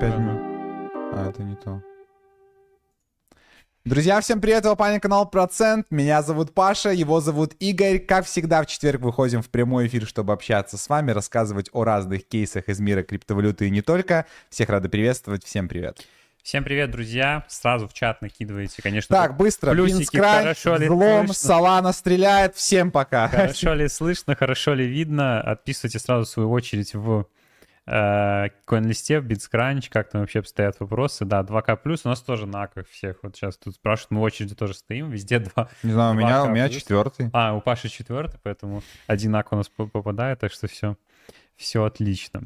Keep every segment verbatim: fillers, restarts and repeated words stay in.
пять минут. А, это не то. Друзья, всем привет, это Паник-канал Процент. Меня зовут Паша, его зовут Игорь. Как всегда, в четверг выходим в прямой эфир, чтобы общаться с вами, рассказывать о разных кейсах из мира криптовалюты и не только. Всех рады приветствовать, всем привет. Всем привет, друзья. Сразу в чат накидывайте, конечно. Так, быстро. Плюсики, хорошо ли взлом, Солана стреляет. Всем пока. Хорошо ли слышно, хорошо ли видно. Отписывайте сразу в свою очередь в э, CoinList'е, в BitsCrunch, как там вообще обстоят вопросы. Да, два ка плюс. У нас тоже на аках всех. Вот сейчас тут спрашивают, мы в очереди тоже стоим. Везде два. Не знаю, у меня, у меня четвертый. А, у Паши четвертый, поэтому один ак у нас попадает, так что все, все отлично.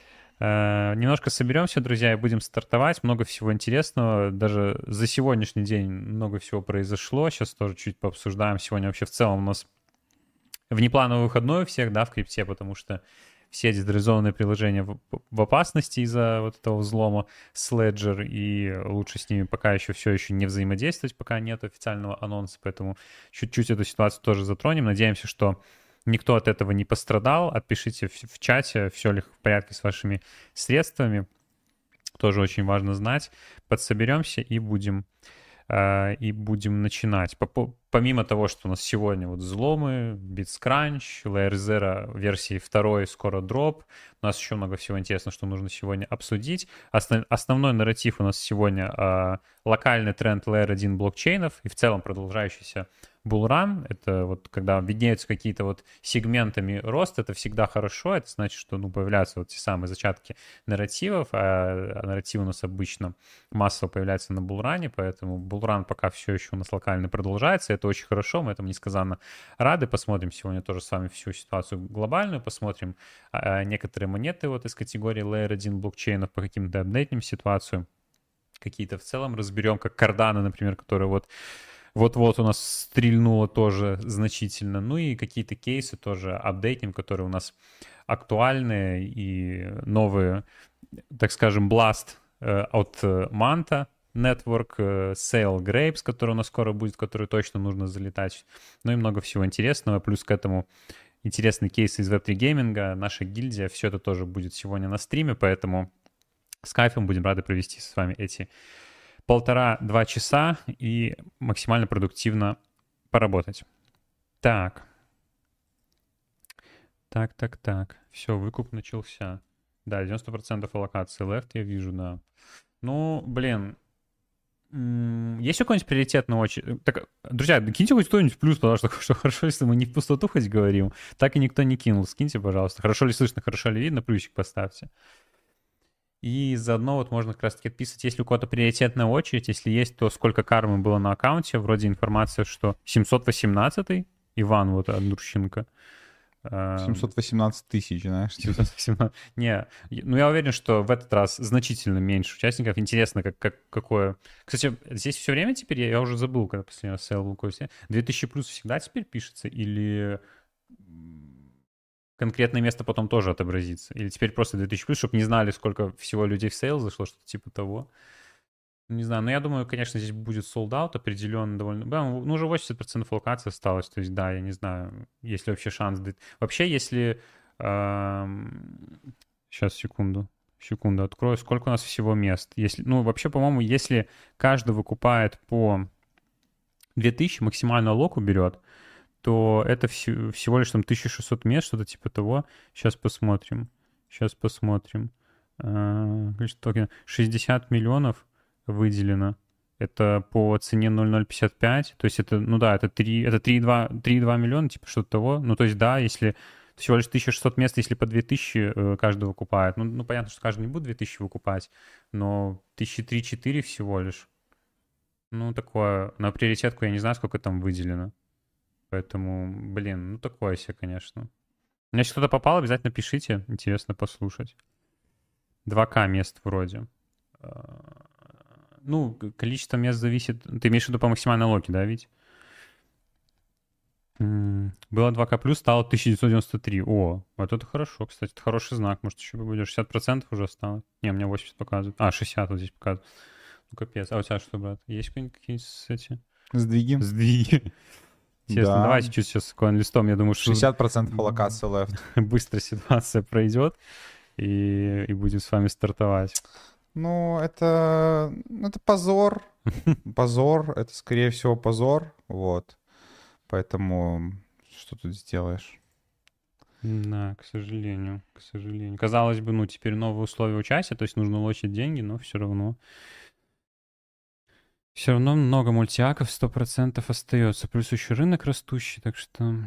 Uh, немножко соберемся, друзья, и будем стартовать. Много всего интересного. Даже за сегодняшний день много всего произошло. Сейчас тоже чуть пообсуждаем. Сегодня вообще в целом у нас внеплановый выходной у всех, да, в крипте, потому что все децентрализованные приложения в, в опасности из-за вот этого взлома с Ledger, и лучше с ними пока еще все еще не взаимодействовать, пока нет официального анонса, поэтому чуть-чуть эту ситуацию тоже затронем. Надеемся, что никто от этого не пострадал. Отпишите в, в чате, все ли в порядке с вашими средствами. Тоже очень важно знать. Подсоберемся и будем, э, и будем начинать. По, помимо того, что у нас сегодня вот взломы, BitsCrunch, Layer Zero версии второй скоро дроп. У нас еще много всего интересного, что нужно сегодня обсудить. Основ, основной нарратив у нас сегодня э, локальный тренд Layer один блокчейнов и в целом продолжающийся Bullrun — это вот когда виднеются какие-то вот сегментами рост, это всегда хорошо, это значит, что ну, появляются вот те самые зачатки нарративов, а, а нарратив у нас обычно массово появляется на Bullrun, поэтому Bullrun пока все еще у нас локально продолжается, это очень хорошо, мы этому несказанно рады. Посмотрим сегодня тоже с вами всю ситуацию глобальную, посмотрим а, некоторые монеты вот из категории Layer один блокчейнов, по каким-то апдейтнем ситуацию, какие-то в целом разберем, как Cardano, например, которые вот Вот-вот у нас стрельнуло тоже значительно. Ну и какие-то кейсы тоже апдейтим, которые у нас актуальные и новые, так скажем, Blast э, от Manta Network, э, Sale Grapes, который у нас скоро будет, который точно нужно залетать. Ну и много всего интересного. Плюс к этому интересные кейсы из веб три гейминга, наша гильдия. Все это тоже будет сегодня на стриме, поэтому с кайфом будем рады провести с вами эти полтора-два часа и максимально продуктивно поработать. Так. Так, так, так. Все, выкуп начался. Да, девяносто процентов аллокации left я вижу, да. Ну, блин. Есть какой-нибудь приоритет на очередь? Так, друзья, киньте хоть кто-нибудь плюс, потому что, что хорошо, если мы не в пустоту хоть говорим. Так и никто не кинул. Скиньте, пожалуйста. Хорошо ли слышно, хорошо ли видно, плюсик поставьте. И заодно вот можно как раз-таки отписывать, если у кого-то приоритетная очередь, если есть, то сколько кармы было на аккаунте. Вроде информация, что семьсот восемнадцатый, Иван вот Андрущенко. семьсот восемнадцать тысяч, знаешь. семьсот восемнадцать. Не, ну я уверен, что в этот раз значительно меньше участников. Интересно, как, как, какое... Кстати, здесь все время теперь, я, я уже забыл, когда последний раз сейл был, две тысячи плюс всегда теперь пишется, или... конкретное место потом тоже отобразится? Или теперь просто две тысячи плюс, чтобы не знали, сколько всего людей в сейл зашло, что-то типа того? Не знаю, но я думаю, конечно, здесь будет sold out определенно довольно... Ну, уже восемьдесят процентов локации осталось, то есть, да, я не знаю, есть ли вообще шанс... Вообще, если... Эм... Сейчас, секунду. Секунду, открою. Сколько у нас всего мест? Если... Ну, вообще, по-моему, если каждый выкупает по две тысячи, максимально локу берет, то это вс- всего лишь там тысяча шестьсот мест, что-то типа того. Сейчас посмотрим. Сейчас посмотрим. шестьдесят миллионов выделено. Это по цене ноль ноль пятьдесят пять. То есть это, ну да, это три, это три и два миллиона, типа что-то того. Ну то есть да, если всего лишь тысяча шестьсот мест, если по две тысячи каждый выкупает. Ну, ну понятно, что каждый не будет две тысячи выкупать, но тысяча три-четыре всего лишь. Ну такое, на приоритетку я не знаю, сколько там выделено. Поэтому, блин, ну такое себе, конечно. Если кто-то попал, обязательно пишите. Интересно послушать. два ка мест вроде. Ну, количество мест зависит... Ты имеешь в виду по максимальной локе, да, ведь? Было два ка плюс, стало тысяча девятьсот девяносто три. О, вот это хорошо, кстати. Это хороший знак. Может, еще будет шестьдесят процентов уже осталось? Не, у меня восемьдесят показывает. А, шестьдесят вот здесь показывает. Ну, капец. А у тебя что, брат? Есть какие-нибудь эти... Сдвиги? Сдвиги. Естественно, да. Давайте чуть сейчас с CoinList'ом, я думаю, что... шестьдесят процентов аллокации left. Быстро ситуация пройдет, и, и будем с вами стартовать. Ну, это, это позор. Позор. Это, скорее всего, позор. Вот. Поэтому что тут сделаешь? Да, к сожалению, к сожалению. Казалось бы, ну, теперь новые условия участия, то есть нужно лочить деньги, но все равно. Все равно много мультиаков сто процентов остается. Плюс еще рынок растущий, так что...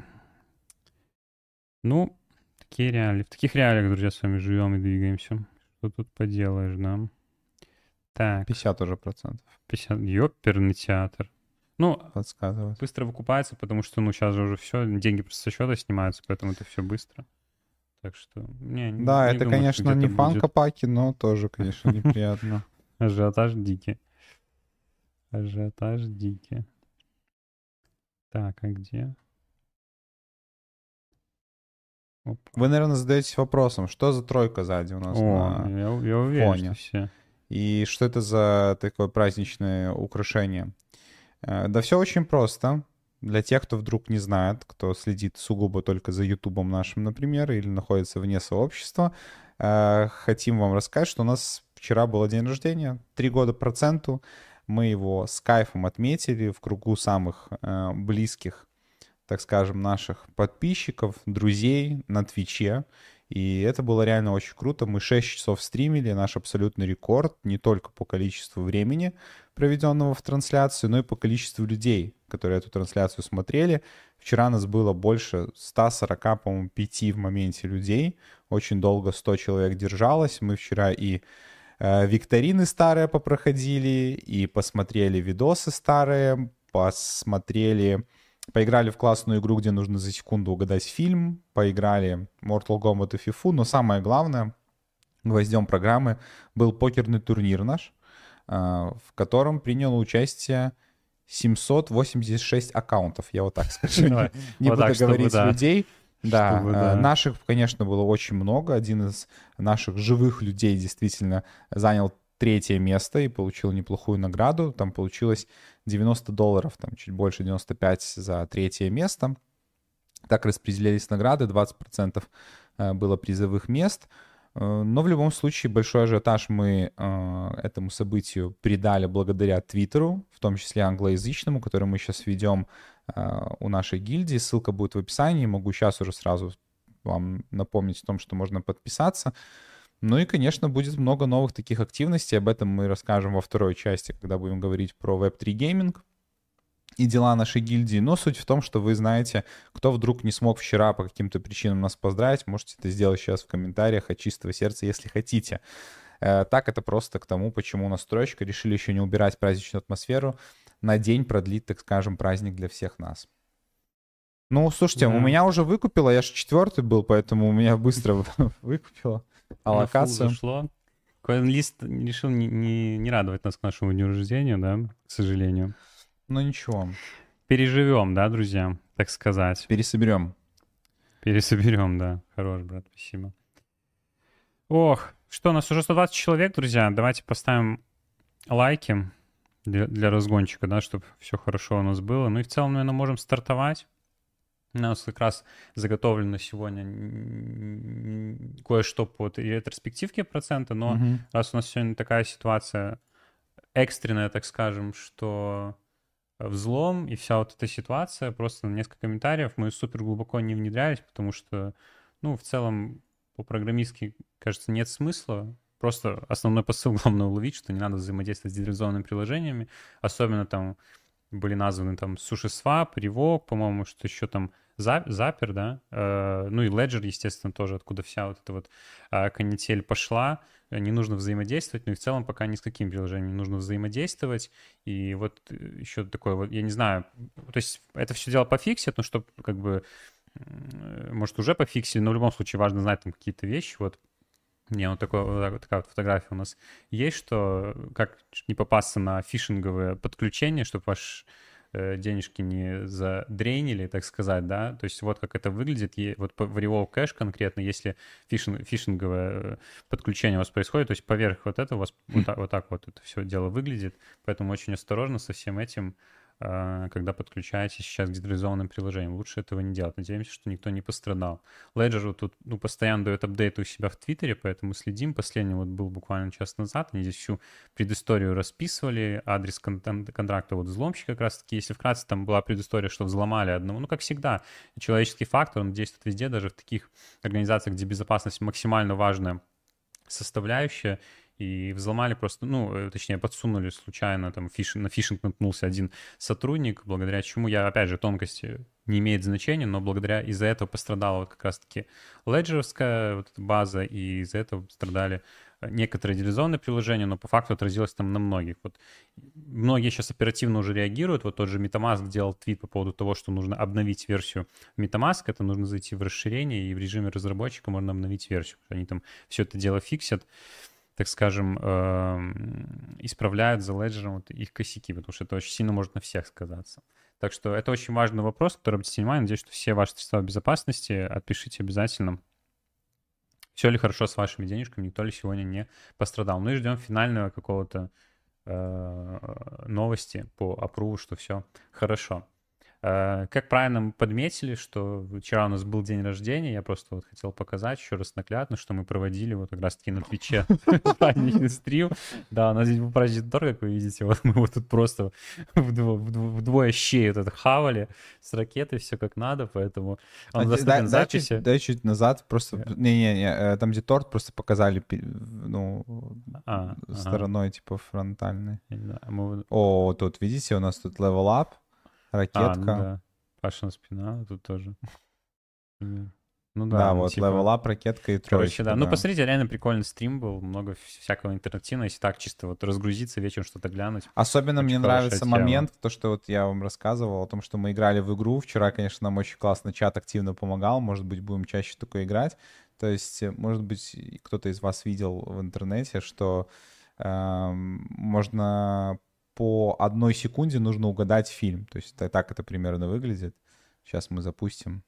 Ну, такие реалии. В таких реалиях, друзья, с вами живем и двигаемся. Что тут поделаешь, да? Так, пятьдесят уже процентов пятьдесят... Ёперный театр. Ну, подсказывает. быстро выкупается, потому что, ну, сейчас же уже все, деньги просто со счета снимаются, поэтому это все быстро. Так что, не, не Да, не это, думаю, что конечно, где-то не будет фанка-паки, но тоже, конечно, неприятно. ажиотаж дикий. Ажиотаж дикий. Так, а где? Опа. Вы, наверное, задаетесь вопросом, что за тройка сзади у нас О, на я, я уверен, фоне? что все. И что это за такое праздничное украшение? Э, Да все очень просто. Для тех, кто вдруг не знает, кто следит сугубо только за Ютубом нашим, например, или находится вне сообщества, э, хотим вам рассказать, что у нас вчера был день рождения, три года проценту. Мы его с кайфом отметили в кругу самых э, близких, так скажем, наших подписчиков, друзей на Твиче. И это было реально очень круто. Мы шесть часов стримили, наш абсолютный рекорд, не только по количеству времени, проведенного в трансляцию, но и по количеству людей, которые эту трансляцию смотрели. Вчера нас было больше ста сорока, по-моему, пяти в моменте людей. Очень долго сто человек держалось. Мы вчера и э, викторины старые попроходили, и посмотрели видосы старые, посмотрели... Поиграли в классную игру, где нужно за секунду угадать фильм. Поиграли Mortal Kombat и FIFA. Но самое главное, гвоздем программы был покерный турнир наш, в котором приняло участие семьсот восемьдесят шесть аккаунтов. Я вот так скажу. Не буду говорить людей. Да, наших, конечно, было очень много. Один из наших живых людей действительно занял третье место и получил неплохую награду. Там получилось девяносто долларов, там чуть больше девяносто пять за третье место. Так распределялись награды, двадцать процентов было призовых мест. Но в любом случае большой ажиотаж мы этому событию придали благодаря Твиттеру, в том числе англоязычному, который мы сейчас ведем у нашей гильдии. Ссылка будет в описании. Могу сейчас уже сразу вам напомнить о том, что можно подписаться. Ну и, конечно, будет много новых таких активностей. Об этом мы расскажем во второй части, когда будем говорить про веб три гейминг и дела нашей гильдии. Но суть в том, что вы знаете, кто вдруг не смог вчера по каким-то причинам нас поздравить, можете это сделать сейчас в комментариях от чистого сердца, если хотите. Так, это просто к тому, почему настройщика решили еще не убирать праздничную атмосферу. На день продлить, так скажем, праздник для всех нас. Ну, слушайте, да. У меня уже выкупило, я же четвертый был, поэтому у меня быстро выкупило. Аллокацию. CoinList решил не, не, не радовать нас к нашему дню рождения, да, к сожалению. Ну ничего. Переживем, да, друзья, так сказать. Пересоберем. Пересоберем, да. Хорош, брат, спасибо. Ох, что, у нас уже сто двадцать человек, друзья. Давайте поставим лайки для, для разгончика, да, чтобы все хорошо у нас было. Ну и в целом, наверное, можем стартовать. У нас как раз заготовлено сегодня кое-что по ретроспективке процента, но uh-huh. раз у нас сегодня такая ситуация экстренная, так скажем, что взлом и вся вот эта ситуация, просто несколько комментариев, мы супер глубоко не внедрялись, потому что, ну, в целом по-программистски, кажется, нет смысла. Просто основной посыл главное уловить, что не надо взаимодействовать с децентрализованными приложениями, особенно там были названы там SushiSwap, Revok, по-моему, что еще там Zapier, да, э, ну и Ledger, естественно, тоже, откуда вся вот эта вот э, канитель пошла. Не нужно взаимодействовать, но и в целом пока ни с каким приложением не нужно взаимодействовать. И вот еще такое вот, я не знаю, то есть это все дело пофиксит, но чтобы как бы, может, уже пофиксили, но в любом случае важно знать там какие-то вещи, вот. Не, вот, такой, вот такая вот фотография у нас есть, что как не попасться на фишинговые подключения, чтобы ваши э, денежки не задрейнили, так сказать, да, то есть вот как это выглядит, и вот в Revok Cash конкретно, если фишинг, фишинговое подключение у вас происходит, то есть поверх вот этого у вас вот так, вот так вот это все дело выглядит, поэтому очень осторожно со всем этим, когда подключаетесь сейчас к децентрализованным приложениям. Лучше этого не делать. Надеемся, что никто не пострадал. Ledger вот тут ну, постоянно дает апдейты у себя в Твиттере, поэтому следим. Последний вот был буквально час назад. Они здесь всю предысторию расписывали, адрес кон- контракта вот взломщика как раз-таки. Если вкратце, там была предыстория, что взломали одного. Ну, как всегда, человеческий фактор, он действует везде, даже в таких организациях, где безопасность максимально важная составляющая. И взломали просто, ну, точнее, подсунули случайно, там, фишинг, на фишинг наткнулся один сотрудник, благодаря чему, я, опять же, тонкости не имеет значения, но благодаря из-за этого пострадала вот как раз-таки леджеровская вот эта база, и из-за этого страдали некоторые децентрализованные приложения, но по факту отразилось там на многих. Вот многие сейчас оперативно уже реагируют. Вот тот же MetaMask делал твит по поводу того, что нужно обновить версию MetaMask. Это нужно зайти в расширение, и в режиме разработчика можно обновить версию. Они там все это дело фиксят, так скажем, исправляют за Ledger вот их косяки, потому что это очень сильно может на всех сказаться. Так что это очень важный вопрос, который обратите внимание. Надеюсь, что все ваши средства безопасности отпишите обязательно. Все ли хорошо с вашими денежками, никто ли сегодня не пострадал. Ну и ждем финального какого-то э, новости по аппруву, что все хорошо. Как правильно мы подметили, что вчера у нас был день рождения, я просто вот хотел показать еще раз наглядно, что мы проводили вот как раз-таки на Твиче праздничный стрим. Да, у нас здесь был праздничный торт, как вы видите, вот мы вот тут просто вдво- вдво- вдвое щей вот это хавали с ракетой, все как надо, поэтому он А, дай, доступен в дай записи. чуть, дай чуть назад, просто... Э. Не-не-не, там, где торт, просто показали, пи- ну, А, ага. стороной, типа, фронтальной. Да, мы... О, тут, видите, у нас тут level up, ракетка. А, ну да, Пашина спина тут тоже. Ну да, Да, ну, вот типа... level up, ракетка и Короче, троечка. да. Ну, да. посмотрите, реально прикольный стрим был, много всякого интерактивного, если так чисто вот разгрузиться, вечером что-то глянуть. Особенно Очень мне хорошая нравится тема. момент, то, что вот я вам рассказывал о том, что мы играли в игру. Вчера, конечно, нам очень классно чат активно помогал. Может быть, будем чаще такое играть. То есть, может быть, кто-то из вас видел в интернете, что эм, можно по одной секунде нужно угадать фильм. То есть это- так это примерно выглядит. Сейчас мы запустим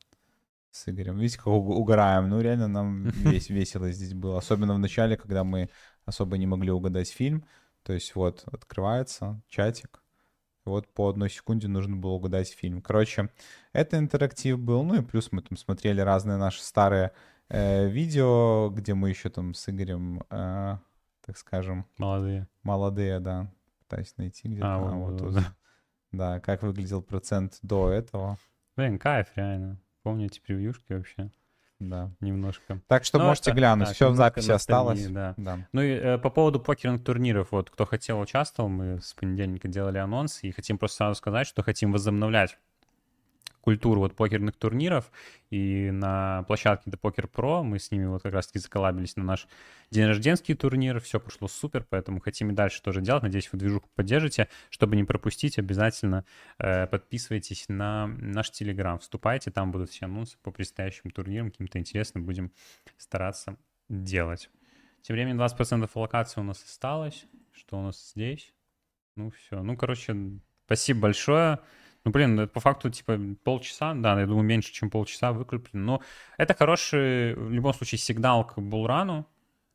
с Игорем. Видите, как уг- угораем. Ну, реально нам весь весело здесь было. Особенно в начале, когда мы особо не могли угадать фильм. То есть вот открывается чатик. Вот по одной секунде нужно было угадать фильм. Короче, это интерактив был. Ну и плюс мы там смотрели разные наши старые э, видео, где мы еще там с Игорем, э, так скажем... Молодые. Молодые, да. Пытаюсь найти где-то. А, А, вот, вот вот, тут. да. Да, как выглядел процент до этого. Блин, кайф, реально. Помню эти превьюшки вообще Да. немножко. Так что Ну, можете это- глянуть. так, Все в немножко записи осталось. ностальгии, да. Да. Ну и э, по поводу покерных турниров, вот кто хотел, участвовал, мы с понедельника делали анонс, и хотим просто сразу сказать, что хотим возобновлять культуру вот покерных турниров, и на площадке The Poker Pro мы с ними вот как раз-таки заколлабились на наш день рожденский турнир, все прошло супер, поэтому хотим и дальше тоже делать, надеюсь, вы движуху поддержите, чтобы не пропустить, обязательно э, подписывайтесь на наш Телеграм, вступайте, там будут все анонсы по предстоящим турнирам, каким-то интересным будем стараться делать. Тем временем двадцать процентов аллокации у нас осталось, что у нас здесь? Ну все, ну короче, спасибо большое. Ну, блин, это по факту, типа, полчаса, да, я думаю, меньше, чем полчаса выкуплено. Но это хороший, в любом случае, сигнал к булрану.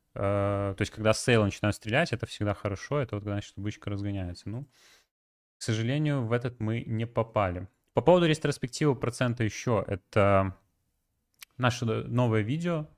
Э, то есть, когда сейлы начинают стрелять, это всегда хорошо. Это вот, значит, бычка разгоняется. Ну, к сожалению, в этот мы не попали. По поводу ретроспективы процента еще. Это наше новое видео.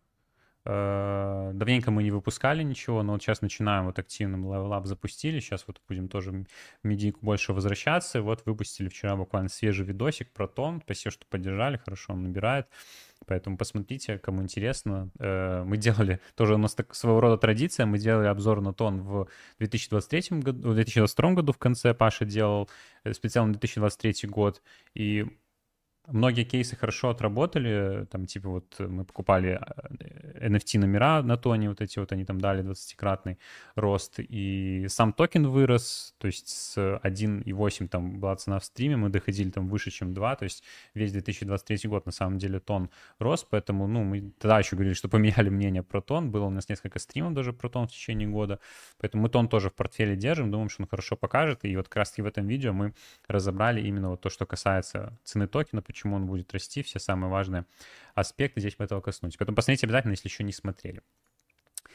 Э, давненько мы не выпускали ничего, но вот сейчас начинаем вот активным Level Up запустили. Сейчас вот будем тоже в медийку больше возвращаться. Вот выпустили вчера буквально свежий видосик про тон. Спасибо, что поддержали, хорошо он набирает. Поэтому посмотрите, кому интересно. Э, мы делали, тоже у нас так, своего рода традиция, мы делали обзор на тон в две тысячи двадцать третьем году, в две тысячи двадцать втором году в конце Паша делал, специально две тысячи двадцать третий год. И многие кейсы хорошо отработали, там типа вот мы покупали эн эф ти номера на тоне, вот эти вот они там дали двадцатикратный рост, и сам токен вырос, то есть с один и восемь там была цена в стриме, мы доходили там выше, чем два, то есть весь две тысячи двадцать третий год на самом деле тон рос, поэтому, ну, мы тогда еще говорили, что поменяли мнение про тон, было у нас несколько стримов даже про тон в течение года, поэтому мы тон тоже в портфеле держим, думаем, что он хорошо покажет, и вот как раз-таки в этом видео мы разобрали именно вот то, что касается цены токена, почему он будет расти, все самые важные аспекты здесь мы этого коснусь. Поэтому посмотрите обязательно, если еще не смотрели.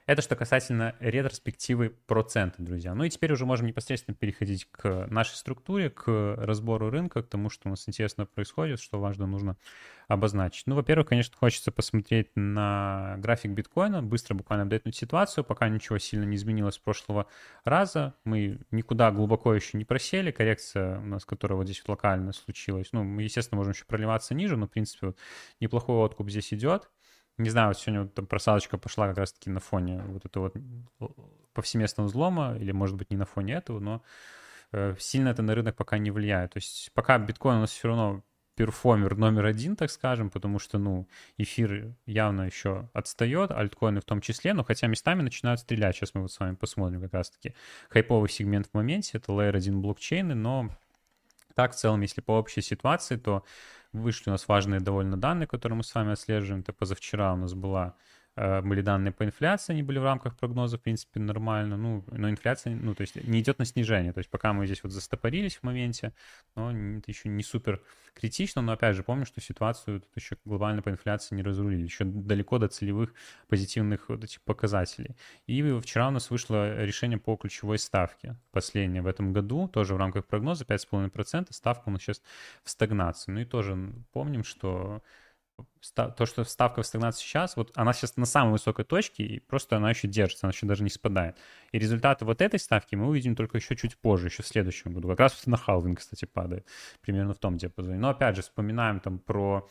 Это что касательно ретроспективы процента, друзья. Ну и теперь уже можем непосредственно переходить к нашей структуре, к разбору рынка, к тому, что у нас интересно происходит, что важно нужно обозначить. Ну, во-первых, конечно, хочется посмотреть на график биткоина, быстро буквально апдейтнуть ситуацию, пока ничего сильно не изменилось с прошлого раза. Мы никуда глубоко еще не просели. Коррекция у нас, которая вот здесь вот локально случилась, ну, мы, естественно, можем еще проливаться ниже, но, в принципе, вот неплохой откуп здесь идет. Не знаю, вот сегодня вот там просадочка пошла как раз-таки на фоне вот этого вот повсеместного взлома, или, может быть, не на фоне этого, но э, сильно это на рынок пока не влияет. То есть пока биткоин у нас все равно перформер номер один, так скажем, потому что, ну, эфир явно еще отстает, альткоины в том числе, но хотя местами начинают стрелять. Сейчас мы вот с вами посмотрим как раз-таки хайповый сегмент в моменте, это лейер один блокчейны, но так, в целом, если по общей ситуации, то вышли у нас важные довольно данные, которые мы с вами отслеживаем. Это позавчера у нас была, э, были данные по инфляции, они были в рамках прогноза, в принципе, нормально. Ну, но инфляция, ну, то есть не идет на снижение. То есть пока мы здесь вот застопорились в моменте, но это еще не супер критично. Но опять же, помню, что ситуацию тут еще глобально по инфляции не разрулили. Еще далеко до целевых позитивных вот этих показателей. И вчера у нас вышло решение по ключевой ставке. Последнее в этом году, тоже в рамках прогноза, пять целых пять десятых процента. Ставка у нас сейчас в стагнации. Ну и тоже помним, что то, что ставка в стагнации сейчас, вот она сейчас на самой высокой точке, и просто она еще держится, она еще даже не спадает. И результаты вот этой ставки мы увидим только еще чуть позже, еще в следующем году. Как раз на халвинг, кстати, падает, примерно в том диапазоне. Но опять же, вспоминаем там про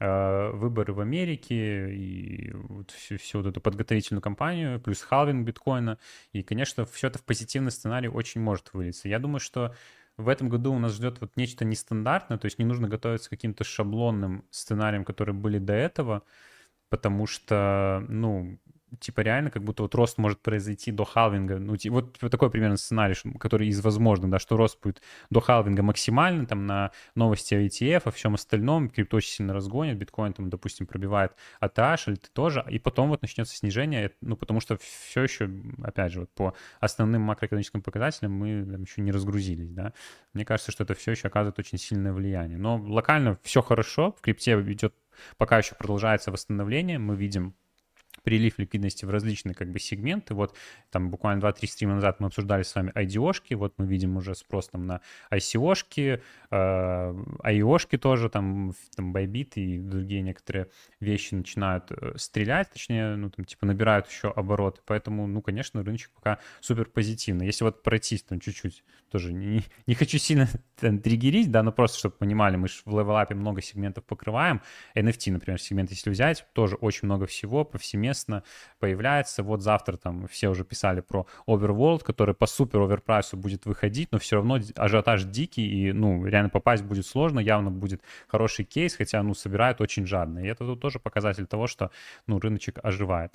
э, выборы в Америке и вот всю, всю вот эту подготовительную кампанию, плюс халвинг биткоина. И, конечно, все это в позитивный сценарий очень может вылиться. Я думаю, что в этом году у нас ждет вот нечто нестандартное, то есть не нужно готовиться к каким-то шаблонным сценариям, которые были до этого, потому что, ну, типа реально как будто вот рост может произойти до халвинга. Ну, вот такой примерно сценарий, который из возможных, да, что рост будет до халвинга максимальный, там на новости о и ти эф, о всем остальном, крипто очень сильно разгонит, биткоин там, допустим, пробивает эй ти эйч, или ты тоже, и потом вот начнется снижение, ну, потому что все еще, опять же, вот по основным макроэкономическим показателям мы там, еще не разгрузились, да. Мне кажется, что это все еще оказывает очень сильное влияние. Но локально все хорошо, в крипте идет, пока еще продолжается восстановление, мы видим прилив ликвидности в различные как бы сегменты. Вот там буквально два-три стрима назад мы обсуждали с вами ай ди о-шки, вот мы видим уже спрос там на ай си о-шки, э, ай и о-шки тоже, там, там Bybit и другие некоторые вещи начинают стрелять, точнее, ну там типа набирают еще обороты, поэтому, ну, конечно, рыночек пока супер позитивный. Если вот пройтись там чуть-чуть, тоже не, не хочу сильно там, триггерить, да, но просто, чтобы понимали, мы же в левелапе много сегментов покрываем, эн эф ти, например, сегмент, если взять, тоже очень много всего, повсеместно появляется. Вот завтра там все уже писали про Overworld, который по супер оверпрайсу будет выходить, но все равно ажиотаж дикий, и, ну, реально попасть будет сложно, явно будет хороший кейс, хотя, ну, собирают очень жадно. И это тут тоже показатель того, что, ну, рыночек оживает.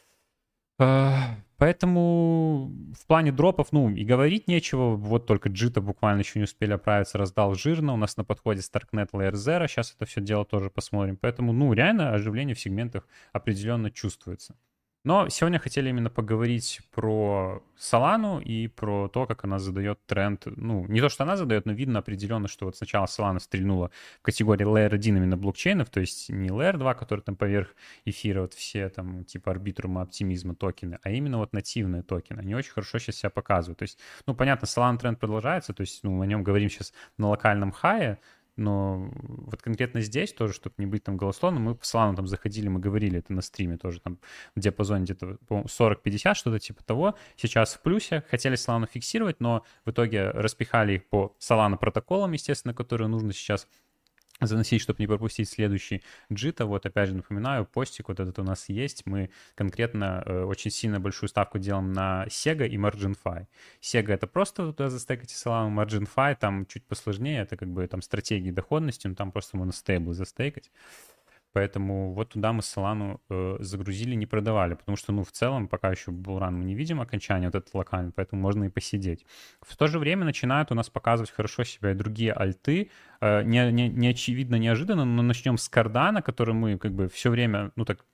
Поэтому в плане дропов, ну, и говорить нечего. Вот только джита буквально еще не успели оправиться, раздал жирно. У нас на подходе Starknet Layer Zero. Сейчас это все дело тоже посмотрим. Поэтому, ну, реально оживление в сегментах определенно чувствуется. Но сегодня хотели именно поговорить про Solana и про то, как она задает тренд. Ну, не то, что она задает, но видно определенно, что вот сначала Solana стрельнула в категории Layer один именно блокчейнов, то есть не Layer два, который там поверх эфира, вот все там типа арбитрума, оптимизма токены, а именно вот нативные токены. Они очень хорошо сейчас себя показывают. То есть, ну, понятно, Solana тренд продолжается, то есть, ну, о нем говорим сейчас на локальном хае, но вот конкретно здесь тоже, чтобы не быть там голословным, мы по Solana там заходили, мы говорили это на стриме тоже там в диапазоне где-то сорок-пятьдесят, что-то типа того. Сейчас в плюсе. Хотели Solana фиксировать, но в итоге распихали их по Solana протоколам, естественно, которые нужно сейчас заносить, чтобы не пропустить следующий джита. Вот опять же напоминаю, постик вот этот у нас есть. Мы конкретно э, очень сильно большую ставку делаем на Sega и MarginFi. Sega — это просто туда застейкать Solana, MarginFi там чуть посложнее, это как бы там стратегии доходности, но там просто можно стейблы застейкать. Поэтому вот туда мы Solana э, загрузили, не продавали, потому что, ну, в целом, пока еще булран мы не видим окончания вот этот локальный, поэтому можно и посидеть. В то же время начинают у нас показывать хорошо себя и другие альты, э, не, не, не очевидно, неожиданно, но начнем с Cardano, который мы как бы все время, ну, так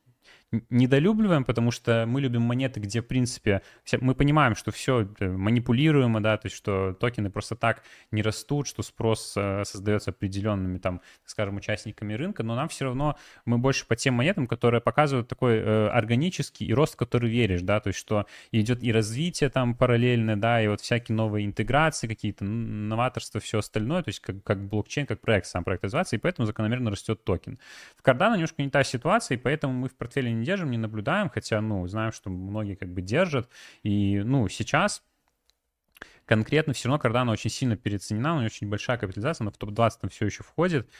недолюбливаем, потому что мы любим монеты, где, в принципе, мы понимаем, что все манипулируемо, да, то есть что токены просто так не растут, что спрос создается определенными, там, скажем, участниками рынка, но нам все равно, мы больше по тем монетам, которые показывают такой э, органический и рост, в который веришь, да, то есть что идет и развитие там параллельно, да, и вот всякие новые интеграции, какие-то новаторства, все остальное, то есть как, как блокчейн, как проект, сам проект развивается, и поэтому закономерно растет токен. В Cardano немножко не та ситуация, и поэтому мы в портфеле не держим, не наблюдаем, хотя, ну, знаем, что многие как бы держат, и, ну, сейчас конкретно все равно Cardano очень сильно переоценена, у нее очень большая капитализация, она в топ двадцать там все еще входит,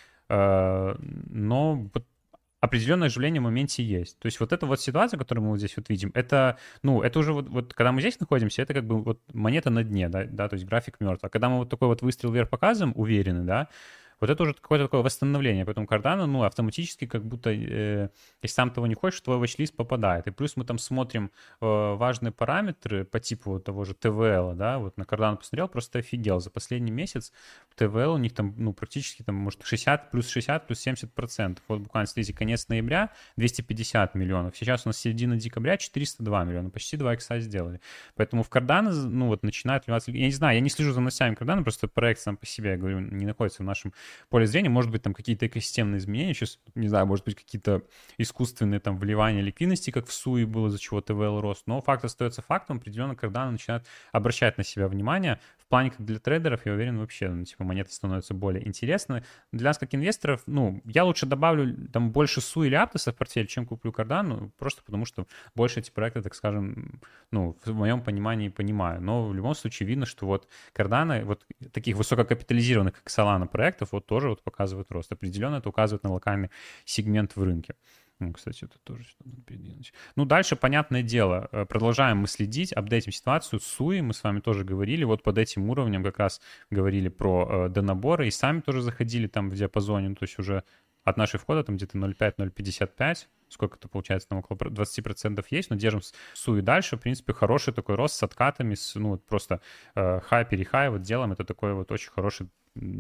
но определенное оживление в моменте есть. То есть вот эта вот ситуация, которую мы вот здесь вот видим, это, ну, это уже вот, вот когда мы здесь находимся, это как бы вот монета на дне, да, да, то есть график мертв. А когда мы вот такой вот выстрел вверх показываем, уверены, да, вот это уже какое-то такое восстановление. Поэтому Cardano, ну, автоматически как будто, э, если сам того не хочешь, твой watch-лист попадает. И плюс мы там смотрим э, важные параметры по типу вот того же ти ви эл, да, вот на Cardano посмотрел, просто офигел. За последний месяц ти ви эл у них там, ну, практически там, может, шестьдесят, плюс шестьдесят, плюс семьдесят процентов. Вот буквально, смотрите, конец ноября двести пятьдесят миллионов. Сейчас у нас середина декабря четыреста два миллиона. Почти два икса сделали. Поэтому в Cardano, ну, вот начинает вливаться... Я не знаю, я не слежу за новостями Cardano, просто проект сам по себе, я говорю, не находится в нашем поле зрения, может быть, там какие-то экосистемные изменения, сейчас, не знаю, может быть, какие-то искусственные там вливания ликвидности, как в суи было, за чего ти ви эл рос, но факт остается фактом, определенно, когда она начинает обращать на себя внимание, в плане как для трейдеров, я уверен, вообще, ну, типа, монеты становятся более интересны. Для нас, как инвесторов, ну, я лучше добавлю там больше су или аптоса в портфель, чем куплю Cardano, просто потому что больше эти проекты, так скажем, ну, в моем понимании понимаю, но в любом случае видно, что вот Cardano, вот таких высококапитализированных, как Solana проектов, вот тоже вот показывают рост. Определенно это указывает на локальный сегмент в рынке. Ну, кстати, это тоже надо передвинуть. Ну, дальше, понятное дело, продолжаем мы следить, апдейтим ситуацию. суи мы с вами тоже говорили, вот под этим уровнем как раз говорили про э, донаборы, и сами тоже заходили там в диапазоне, ну, то есть уже от нашей входа там где-то ноль целых пять - ноль целых пятьдесят пять, сколько это получается, там около двадцать процентов есть, но держим суи дальше, в принципе, хороший такой рост с откатами, с, ну, вот просто э, хай-перехай вот делаем, это такой вот очень хороший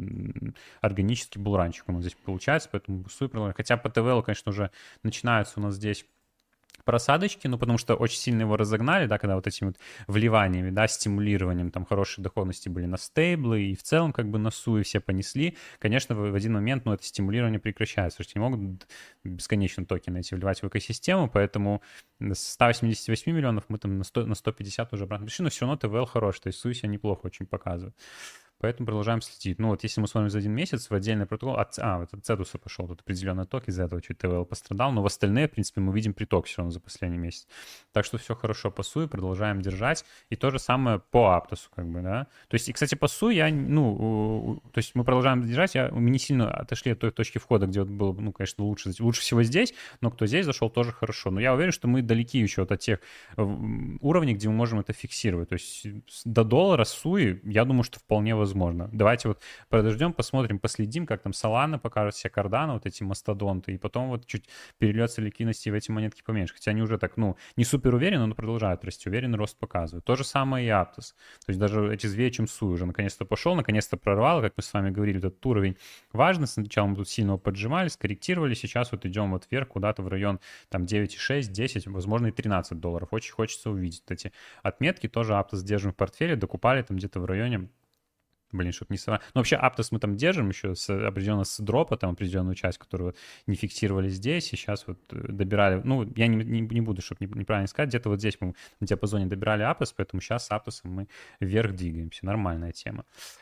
органический булранчик у нас здесь получается, поэтому суи продолжаем. Хотя по ти ви эл, конечно, уже начинаются у нас здесь просадочки, ну, потому что очень сильно его разогнали, да, когда вот этими вот вливаниями, да, стимулированием, там, хорошие доходности были на стейблы, и в целом, как бы, на суи все понесли. Конечно, в один момент, ну, это стимулирование прекращается, потому что не могут бесконечно токены эти вливать в экосистему, поэтому с ста восьмидесяти восьми миллионов мы там на, сто, на сто пятьдесят уже обратно пришли, но все равно ти ви эл хороший, то есть суи себя неплохо очень показывает. Поэтому продолжаем следить. Ну вот если мы смотрим за один месяц в отдельный протокол, от, а, вот от Цедуса пошел тут определенный ток, из-за этого чуть ти ви эл пострадал, но в остальные, в принципе, мы видим приток все равно за последний месяц. Так что все хорошо по суи, продолжаем держать. И то же самое по Аптосу, как бы, да. То есть, и, кстати, по суи я, ну, то есть мы продолжаем держать, я, мы не сильно отошли от той точки входа, где вот было, ну, конечно, лучше, лучше всего здесь, но кто здесь зашел, тоже хорошо. Но я уверен, что мы далеки еще от тех уровней, где мы можем это фиксировать. То есть до доллара суи, я думаю, что вполне возможно. Давайте вот подождем, посмотрим, последим, как там Solana покажет себя, Cardano, вот эти мастодонты, и потом вот чуть перельется ликвидности в эти монетки поменьше. Хотя они уже так, ну, не супер уверены, но продолжают расти, уверенный рост показывают. То же самое и Aptos. То есть даже эти звеи, чем суи уже наконец-то пошел, наконец-то прорвал, как мы с вами говорили, этот уровень важный. Сначала мы тут сильно его поджимали, скорректировали, сейчас вот идем вот вверх куда-то в район там девять и шесть, десять, возможно и тринадцать долларов. Очень хочется увидеть эти отметки. Тоже Aptos держим в портфеле, докупали там где-то в районе. Блин, чтобы не соврать. Ну, вообще, Aptos мы там держим еще с, определенно с дропа, там определенную часть, которую не фиксировали здесь, и сейчас вот добирали, ну, я не, не, не буду, чтобы неправильно сказать, где-то вот здесь мы в диапазоне добирали Aptos, поэтому сейчас с Aptos мы вверх двигаемся. Нормальная тема.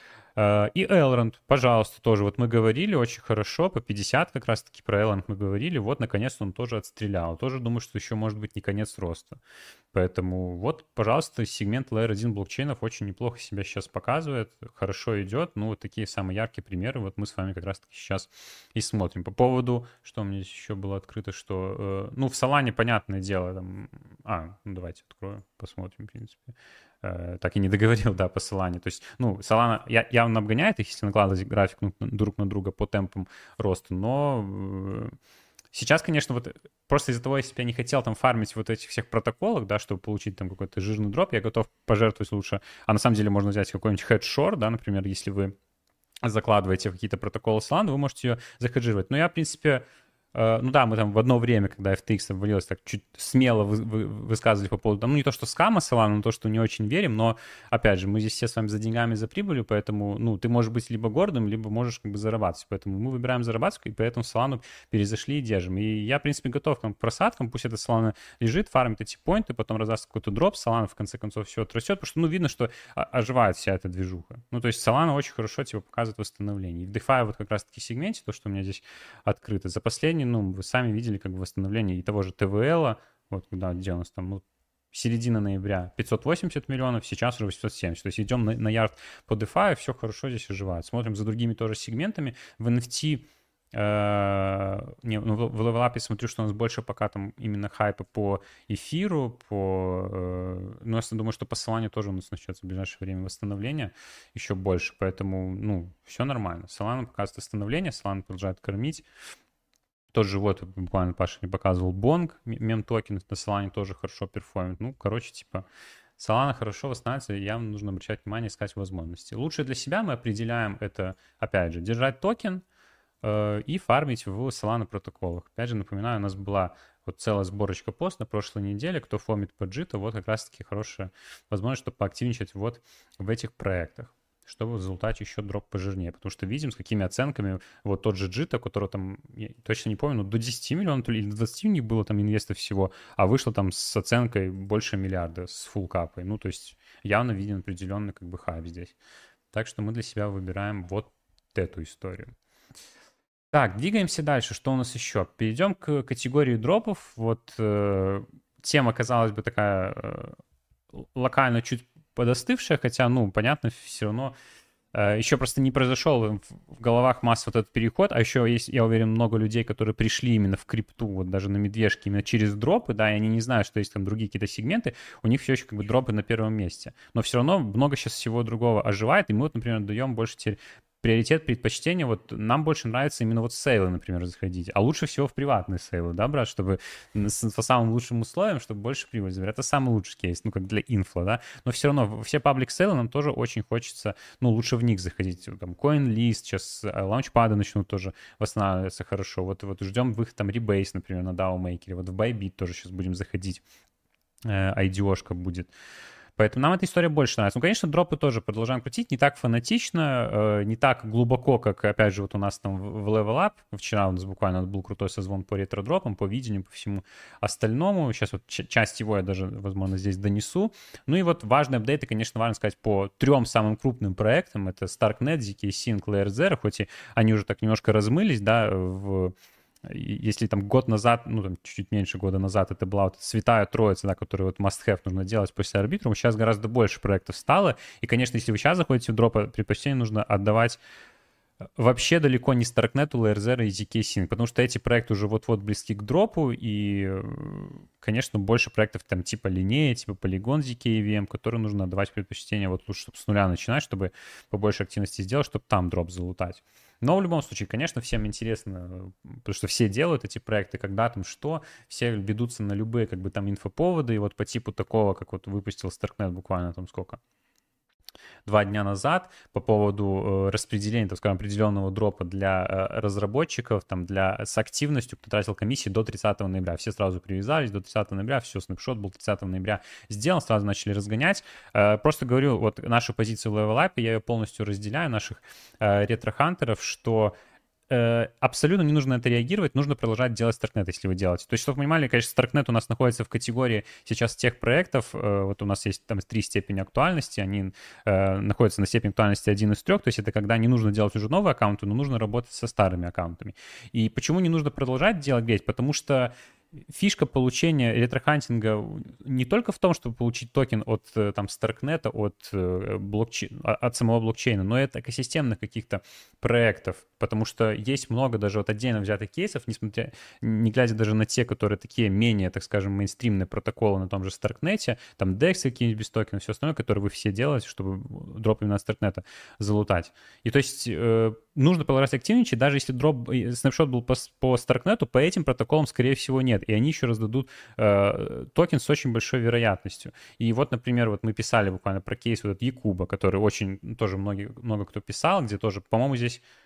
И Elrond, пожалуйста, тоже. Вот мы говорили очень хорошо, по пятьдесят как раз-таки про Elrond мы говорили. Вот, наконец-то он тоже отстрелял. Тоже думаю, что еще может быть не конец роста. Поэтому вот, пожалуйста, сегмент лэйер один блокчейнов очень неплохо себя сейчас показывает. Хорошо идет. Ну, вот такие самые яркие примеры. Вот мы с вами как раз-таки сейчас и смотрим. По поводу, что у меня здесь еще было открыто, что... Э, ну, в Solana, понятное дело, там... А, ну, давайте открою, посмотрим, в принципе. Так и не договорил, да, по Solana. То есть, ну, Solana явно обгоняет их, если накладывать график друг на друга по темпам роста, но сейчас, конечно, вот просто из-за того, если бы я не хотел там фармить вот этих всех протоколов, да, чтобы получить там какой-то жирный дроп, я готов пожертвовать лучше. А на самом деле можно взять какой-нибудь хедж-шорт, да, например, если вы закладываете какие-то протоколы Solana, вы можете ее захеджировать. Но я, в принципе, Uh, ну да, мы там в одно время, когда эф ти экс обвалилось, так чуть смело вы, вы, высказывали по поводу, ну не то, что скама Solana, но то, что не очень верим, но, опять же, мы здесь все с вами за деньгами, за прибылью, поэтому, ну, ты можешь быть либо гордым, либо можешь как бы зарабатывать, поэтому мы выбираем зарабатывать, и поэтому Solana перезашли и держим. И я, в принципе, готов к просадкам, пусть эта Solana лежит, фармит эти поинты, потом раздаст какой-то дроп, Solana в конце концов все отрастет, потому что, ну, видно, что оживает вся эта движуха. Ну, то есть Solana очень хорошо, типа, показывает восстановление. И в DeFi вот как раз-таки сегменте, то, что у меня здесь открыто, за последние, ну, вы сами видели как бы восстановление и того же тэ вэ эл, вот когда, где у нас там, ну, середина ноября пятьсот восемьдесят миллионов, сейчас уже восемьсот семьдесят. То есть идем на, на ярд по DeFi, все хорошо здесь оживает. Смотрим за другими тоже сегментами. В эн эф ти, э, не, ну, в Level Up смотрю, что у нас больше пока там именно хайпа по эфиру, по... Э, ну, я думаю, что по Solana тоже у нас начнется в ближайшее время восстановление еще больше, поэтому, ну, все нормально. Solana показывает восстановление, Solana продолжает кормить. Тот же вот, буквально Паша не показывал, Бонг, мем-токен на Solana тоже хорошо перформит. Ну, короче, типа, Solana хорошо восстанавливается, и явно нужно обращать внимание, искать возможности. Лучше для себя мы определяем это, опять же, держать токен э, и фармить в Solana протоколах. Опять же, напоминаю, у нас была вот целая сборочка пост на прошлой неделе, кто фомит по джиту, вот как раз-таки хорошая возможность, чтобы поактивничать вот в этих проектах, чтобы в результате еще дроп пожирнее. Потому что видим, с какими оценками вот тот же джита, который там, я точно не помню, ну до десяти миллионов или до двадцати у них было там инвестов всего, а вышло там с оценкой больше миллиарда, с фулкапой. Ну, то есть явно виден определенный как бы хайп здесь. Так что мы для себя выбираем вот эту историю. Так, двигаемся дальше. Что у нас еще? Перейдем к категории дропов. Вот э, тема, казалось бы, такая э, локально чуть подостывшая, хотя, ну, понятно, все равно э, еще просто не произошел в, в головах масс вот этот переход, а еще есть, я уверен, много людей, которые пришли именно в крипту, вот даже на медвежке, именно через дропы, да, и они не знают, что есть там другие какие-то сегменты, у них все еще как бы дропы на первом месте. Но все равно много сейчас всего другого оживает, и мы вот, например, даем больше теперь приоритет, предпочтение, вот нам больше нравится именно вот сейлы, например, заходить, а лучше всего в приватные сейлы, да, брат, чтобы с, по самым лучшим условиям, чтобы больше прибыль забирать. Это самый лучший кейс, ну, как для инфла, да, но все равно все паблик сейлы нам тоже очень хочется, ну, лучше в них заходить, там, CoinList, сейчас лаунчпады начнут тоже восстанавливаться хорошо, вот, вот ждем выход там Rebase, например, на дао Maker, вот в Bybit тоже сейчас будем заходить, ай ди о-шка будет. Поэтому нам эта история больше нравится. Ну, конечно, дропы тоже продолжаем крутить, не так фанатично, э, не так глубоко, как, опять же, вот у нас там в Level Up. Вчера у нас буквально был крутой созвон по ретро-дропам, по видению, по всему остальному. Сейчас вот ч- часть его я даже, возможно, здесь донесу. Ну и вот важные апдейты, конечно, важно сказать по трем самым крупным проектам. Это Starknet, зет кей Sync, Layer Zero, хоть и они уже так немножко размылись, да, в... Если там год назад, ну там чуть-чуть меньше года назад это была вот святая троица, да, которую вот must-have нужно делать после арбитрума, сейчас гораздо больше проектов стало. И, конечно, если вы сейчас заходите в дропы, предпочтение нужно отдавать вообще далеко не Starknet, Layer Zero и зет кей Sync, потому что эти проекты уже вот-вот близки к дропу, и, конечно, больше проектов там типа Linea, типа Polygon, зет кей ви эм, которые нужно отдавать предпочтение вот лучше, чтобы с нуля начинать, чтобы побольше активности сделать, чтобы там дроп залутать. Но в любом случае, конечно, всем интересно, потому что все делают эти проекты, когда там что, все ведутся на любые как бы там инфоповоды, и вот по типу такого, как вот выпустил Starknet буквально там сколько? Два дня назад по поводу э, распределения, так скажем, определенного дропа для э, разработчиков, там, для, с активностью, кто тратил комиссии до тридцатого ноября. Все сразу привязались до тридцатого ноября, все, снапшот был тридцатого ноября сделан, сразу начали разгонять. Э, просто говорю, вот нашу позицию в Level Up, я ее полностью разделяю, наших э, ретро-хантеров, что абсолютно не нужно это реагировать, нужно продолжать делать Starknet, если вы делаете. То есть, чтобы вы понимали, конечно, Starknet у нас находится в категории сейчас тех проектов, вот у нас есть там три степени актуальности, они э, находятся на степени актуальности один из трех, то есть это когда не нужно делать уже новые аккаунты, но нужно работать со старыми аккаунтами. И почему не нужно продолжать делать греть? Потому что фишка получения ретрохантинга не только в том, чтобы получить токен от там Starknet, от, блокчей... от самого блокчейна, но и от экосистемных каких-то проектов, потому что есть много даже вот отдельно взятых кейсов, несмотря, не глядя даже на те, которые такие менее, так скажем, мейнстримные протоколы на том же Starknet, там декс какие-нибудь без токена, все остальное, которые вы все делаете, чтобы дроп именно от Starknet залутать. И то есть э, нужно продолжать активничать, даже если дроп, снапшот был по, по Starknet, по этим протоколам, скорее всего, нет. И они еще раздадут э, токен с очень большой вероятностью. И вот, например, вот мы писали буквально про кейс вот Якуба, который очень, тоже многие, много кто писал, где тоже, по-моему, здесь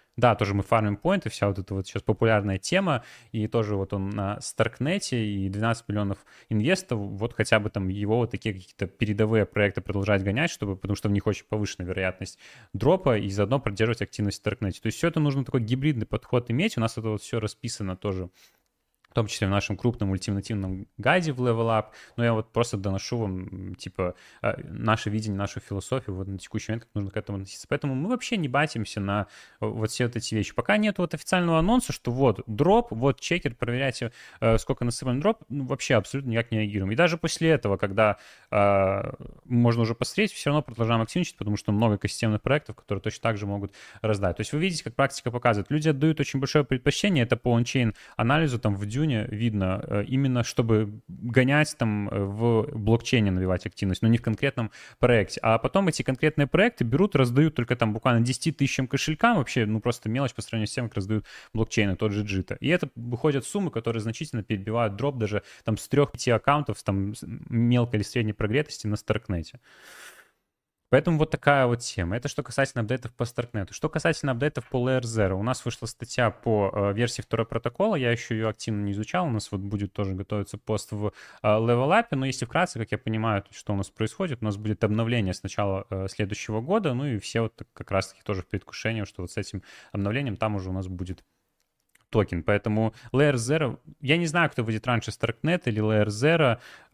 Да, тоже мы фармим поинты, вся вот эта вот сейчас популярная тема, и тоже вот он на Старкнете, и двенадцать миллионов инвестов, вот хотя бы там его вот такие какие-то передовые проекты продолжать гонять, чтобы, потому что в них очень повышенная вероятность дропа, и заодно поддерживать активность в Старкнете. То есть все это нужно такой гибридный подход иметь, у нас это вот все расписано тоже, в том числе в нашем крупном ультимативном гайде в Level Up, но я вот просто доношу вам, типа, наше видение, нашу философию вот на текущий момент, как нужно к этому относиться. Поэтому мы вообще не батимся на вот все вот эти вещи. Пока нет вот официального анонса, что вот дроп, вот чекер, проверяйте, сколько насыпан дроп, ну, вообще абсолютно никак не реагируем. И даже после этого, когда э, можно уже посмотреть, все равно продолжаем активничать, потому что много экосистемных проектов, которые точно так же могут раздать. То есть вы видите, как практика показывает, люди отдают очень большое предпочтение, это по ончейн анализу, там в дюне видно, именно чтобы гонять там в блокчейне, набивать активность, но не в конкретном проекте. А потом эти конкретные проекты берут, раздают только там буквально десять тысячам кошелькам, вообще, ну просто мелочь по сравнению с тем, как раздают блокчейны, тот же джита. И это выходят суммы, которые значительно перебивают дроп даже там с трех-пяти аккаунтов там мелкой или средней прогретости на Старкнете. Поэтому вот такая вот тема. Это что касательно апдейтов по Старкнету. Что касательно апдейтов по Layer Zero. У нас вышла статья по э, версии второй протокола. Я еще ее активно не изучал. У нас вот будет тоже готовиться пост в э, Level Up. Но если вкратце, как я понимаю, что у нас происходит, у нас будет обновление с начала э, следующего года. Ну и все вот как раз-таки тоже в предвкушении, что вот с этим обновлением там уже у нас будет токен. Поэтому Layer Zero, я не знаю, кто выйдет раньше, Starknet или Layer Zero.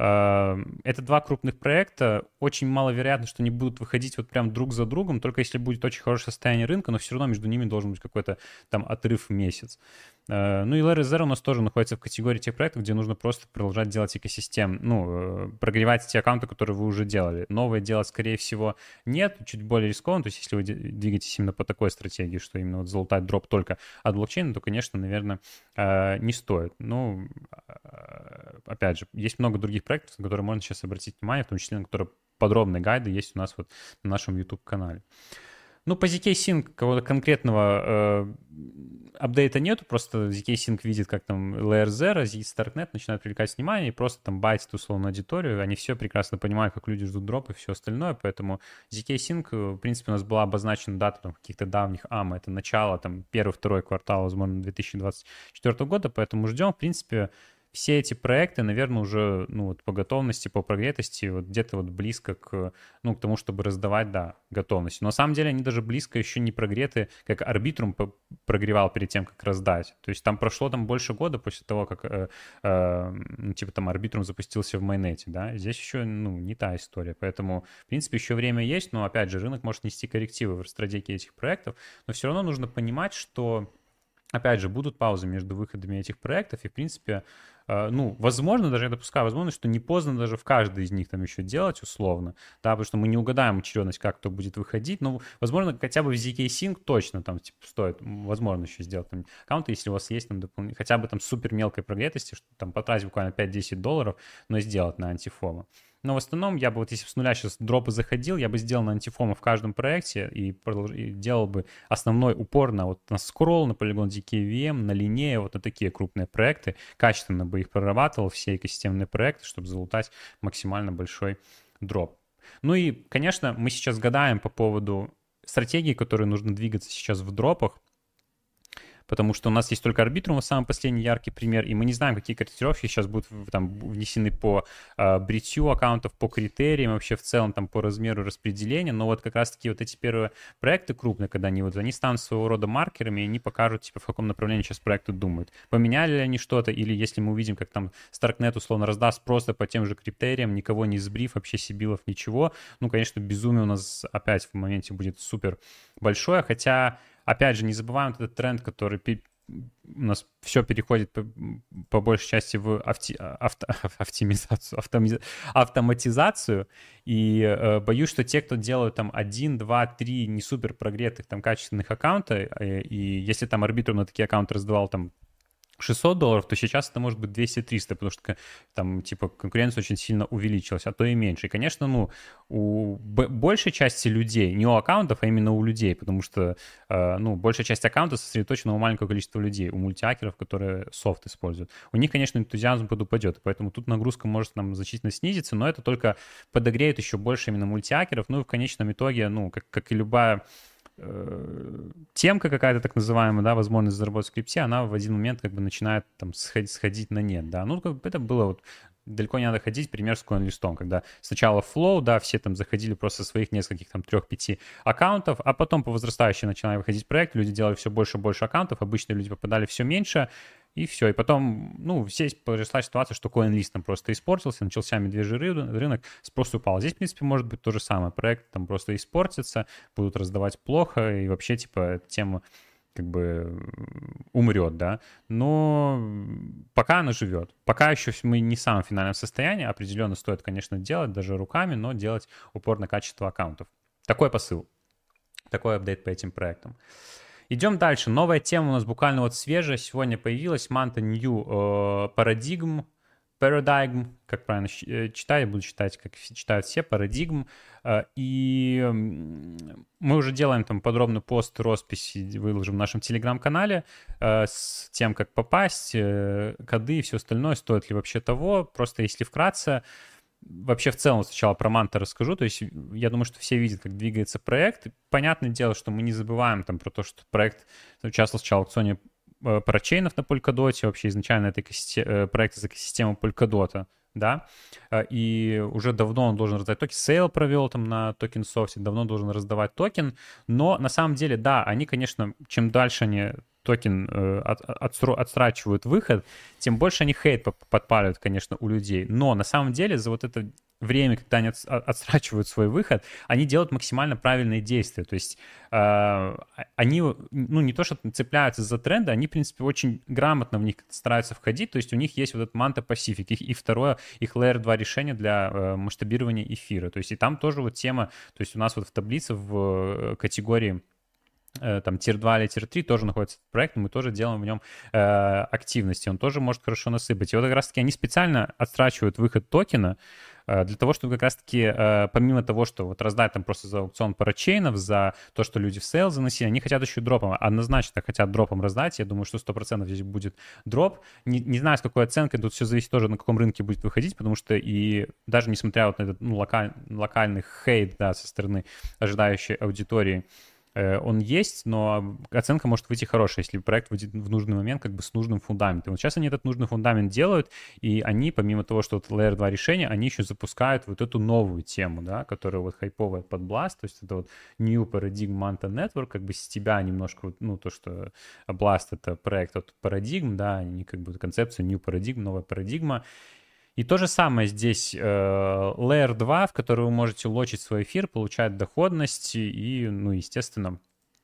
Это два крупных проекта. Очень маловероятно, что они будут выходить вот прям друг за другом, только если будет очень хорошее состояние рынка, но все равно между ними должен быть какой-то там отрыв в месяц. Ну и Layer Zero у нас тоже находится в категории тех проектов, где нужно просто продолжать делать экосистем, ну, прогревать те аккаунты, которые вы уже делали. Новые делать, скорее всего, нет, чуть более рискованно. То есть если вы двигаетесь именно по такой стратегии, что именно вот залутать дроп только от блокчейна, то, конечно, наверное, не стоит. Ну, опять же, есть много других проектов, на которые можно сейчас обратить внимание, в том числе на которые подробные гайды есть у нас вот на нашем YouTube-канале. Ну, по зет кей Sync какого-то конкретного э, апдейта нету, просто зет кей Sync видит, как там Layer Zero, Starknet начинают привлекать внимание и просто там байтит условно аудиторию, они все прекрасно понимают, как люди ждут дроп и все остальное, поэтому зет кей Sync, в принципе, у нас была обозначена дата там каких-то давних АМА, это начало там первый-второй квартал, возможно, две тысячи двадцать четвёртого года, поэтому ждем, в принципе, все эти проекты, наверное, уже, ну, вот по готовности, по прогретости, вот где-то вот близко к, ну, к тому, чтобы раздавать, да, готовность. Но на самом деле они даже близко еще не прогреты, как Arbitrum прогревал перед тем, как раздать. То есть там прошло там больше года после того, как, э, э, ну, типа там Arbitrum запустился в майнете, да. Здесь еще, ну, не та история. Поэтому, в принципе, еще время есть, но, опять же, рынок может нести коррективы в стратегии этих проектов, но все равно нужно понимать, что, опять же, будут паузы между выходами этих проектов, и, в принципе, э, ну, возможно, даже я допускаю, возможно, что не поздно даже в каждый из них там еще делать условно, да, потому что мы не угадаем очередность, как кто будет выходить, но, возможно, хотя бы в зет кей Sync точно там, типа, стоит, возможно, еще сделать там аккаунты, если у вас есть там допол... хотя бы там супер мелкой прогретости, что там потратить буквально пять-десять долларов, но сделать на антифома. Но в основном я бы вот если бы с нуля сейчас дропы заходил, я бы сделал на антифома в каждом проекте и, продолж... и делал бы основной упор на вот на скролл, на полигон ди кей ви эм, на линея, вот на такие крупные проекты. Качественно бы их прорабатывал, все экосистемные проекты, чтобы залутать максимально большой дроп. Ну и, конечно, мы сейчас гадаем по поводу стратегии, которые нужно двигаться сейчас в дропах, потому что у нас есть только Arbitrum, самый последний яркий пример, и мы не знаем, какие корректировки сейчас будут там внесены по э, бритью аккаунтов, по критериям, вообще в целом там по размеру распределения, но вот как раз-таки вот эти первые проекты крупные, когда они вот, они станут своего рода маркерами, и они покажут, типа, в каком направлении сейчас проекты думают. Поменяли ли они что-то, или если мы увидим, как там Starknet условно раздаст просто по тем же критериям, никого не сбрив, вообще сибилов, ничего, ну, конечно, безумие у нас опять в моменте будет супер большое, хотя... Опять же, не забываем этот тренд, который у нас все переходит по, по большей части в авти, авто, автоматизацию, автоматизацию, автоматизацию. И э, боюсь, что те, кто делают там один, два, три не супер прогретых там качественных аккаунта, э, и если там Arbitrum на такие аккаунты раздавал там шестьсот долларов, то сейчас это может быть двести-триста, потому что там, типа, конкуренция очень сильно увеличилась, а то и меньше. И, конечно, ну, у большей части людей, не у аккаунтов, а именно у людей, потому что, э, ну, большая часть аккаунтов сосредоточена у маленького количества людей, у мультиакеров, которые софт используют. У них, конечно, энтузиазм подупадет, поэтому тут нагрузка может нам значительно снизиться, но это только подогреет еще больше именно мультиакеров, ну, и в конечном итоге, ну, как, как и любая темка какая-то так называемая, да, возможность заработать в крипте, она в один момент как бы начинает там сходить, сходить на нет, да. Ну, как бы это было вот далеко не надо ходить, пример с CoinList'ом, когда сначала Flow, да, все там заходили просто со своих нескольких там трех-пяти аккаунтов, а потом по возрастающей начинали выходить проект, люди делали все больше и больше аккаунтов, обычные люди попадали все меньше, и все. И потом, ну, здесь произошла ситуация, что CoinList там просто испортился, начался медвежий рынок, спрос упал. Здесь, в принципе, может быть то же самое. Проект там просто испортится, будут раздавать плохо, и вообще, типа, тема как бы умрет, да, но пока она живет. Пока еще мы не в самом финальном состоянии, определенно стоит, конечно, делать даже руками, но делать упор на качество аккаунтов. Такой посыл, такой апдейт по этим проектам. Идем дальше. Новая тема у нас буквально вот свежая. Сегодня появилась Manta New э, Paradigm, Paradigm, как правильно читать, я буду читать, как читают все, Paradigm. И мы уже делаем там подробный пост, роспись, выложим в нашем телеграм-канале с тем, как попасть, коды и все остальное, стоит ли вообще того. Просто если вкратце, вообще в целом сначала про Manta расскажу. То есть я думаю, что все видят, как двигается проект. Понятное дело, что мы не забываем там про то, что проект участвовал сначала в аукционе парачейнов на Polkadot, вообще изначально это экосистема, проект из экосистемы Polkadot, да, и уже давно он должен раздать токен, Сейл провел там на TokenSoft, давно должен раздавать токен, но на самом деле, да, они, конечно, чем дальше они токен э, от, от, отстрачивают выход, тем больше они хейт подпаливают, конечно, у людей, но на самом деле за вот это время, когда они от, отстрачивают свой выход, они делают максимально правильные действия. То есть э, они, ну, не то, что цепляются за тренды, они, в принципе, очень грамотно в них стараются входить. То есть у них есть вот этот Manta Pacific, и, и второе, их Layer два решение для э, масштабирования эфира. То есть и там тоже вот тема, то есть у нас вот в таблице в э, категории там тир два или тир три тоже находится проект, мы тоже делаем в нем э, активности, он тоже может хорошо насыпать. И вот как раз-таки они специально отстрачивают выход токена э, для того, чтобы как раз-таки э, помимо того, что вот раздать там просто за аукцион парачейнов, за то, что люди в сейл заносили, они хотят еще дропом, однозначно хотят дропом раздать. Я думаю, что сто процентов здесь будет дроп. Не, не знаю, с какой оценкой, тут все зависит тоже, на каком рынке будет выходить, потому что и даже несмотря вот на этот ну, локаль, локальный хейт, да, со стороны ожидающей аудитории, он есть, но оценка может выйти хорошая, если проект выйдет в нужный момент как бы с нужным фундаментом. Вот сейчас они этот нужный фундамент делают, и они, помимо того, что вот Layer два решение, они еще запускают вот эту новую тему, да, которая вот хайповая под Blast, то есть это вот New Paradigm Manta Network, как бы с тебя немножко, ну, то, что Blast — это проект от Paradigm, да, они как бы концепцию New Paradigm, новая парадигма. И то же самое здесь э, Layer два, в который вы можете лочить свой эфир, получать доходность и, ну, естественно,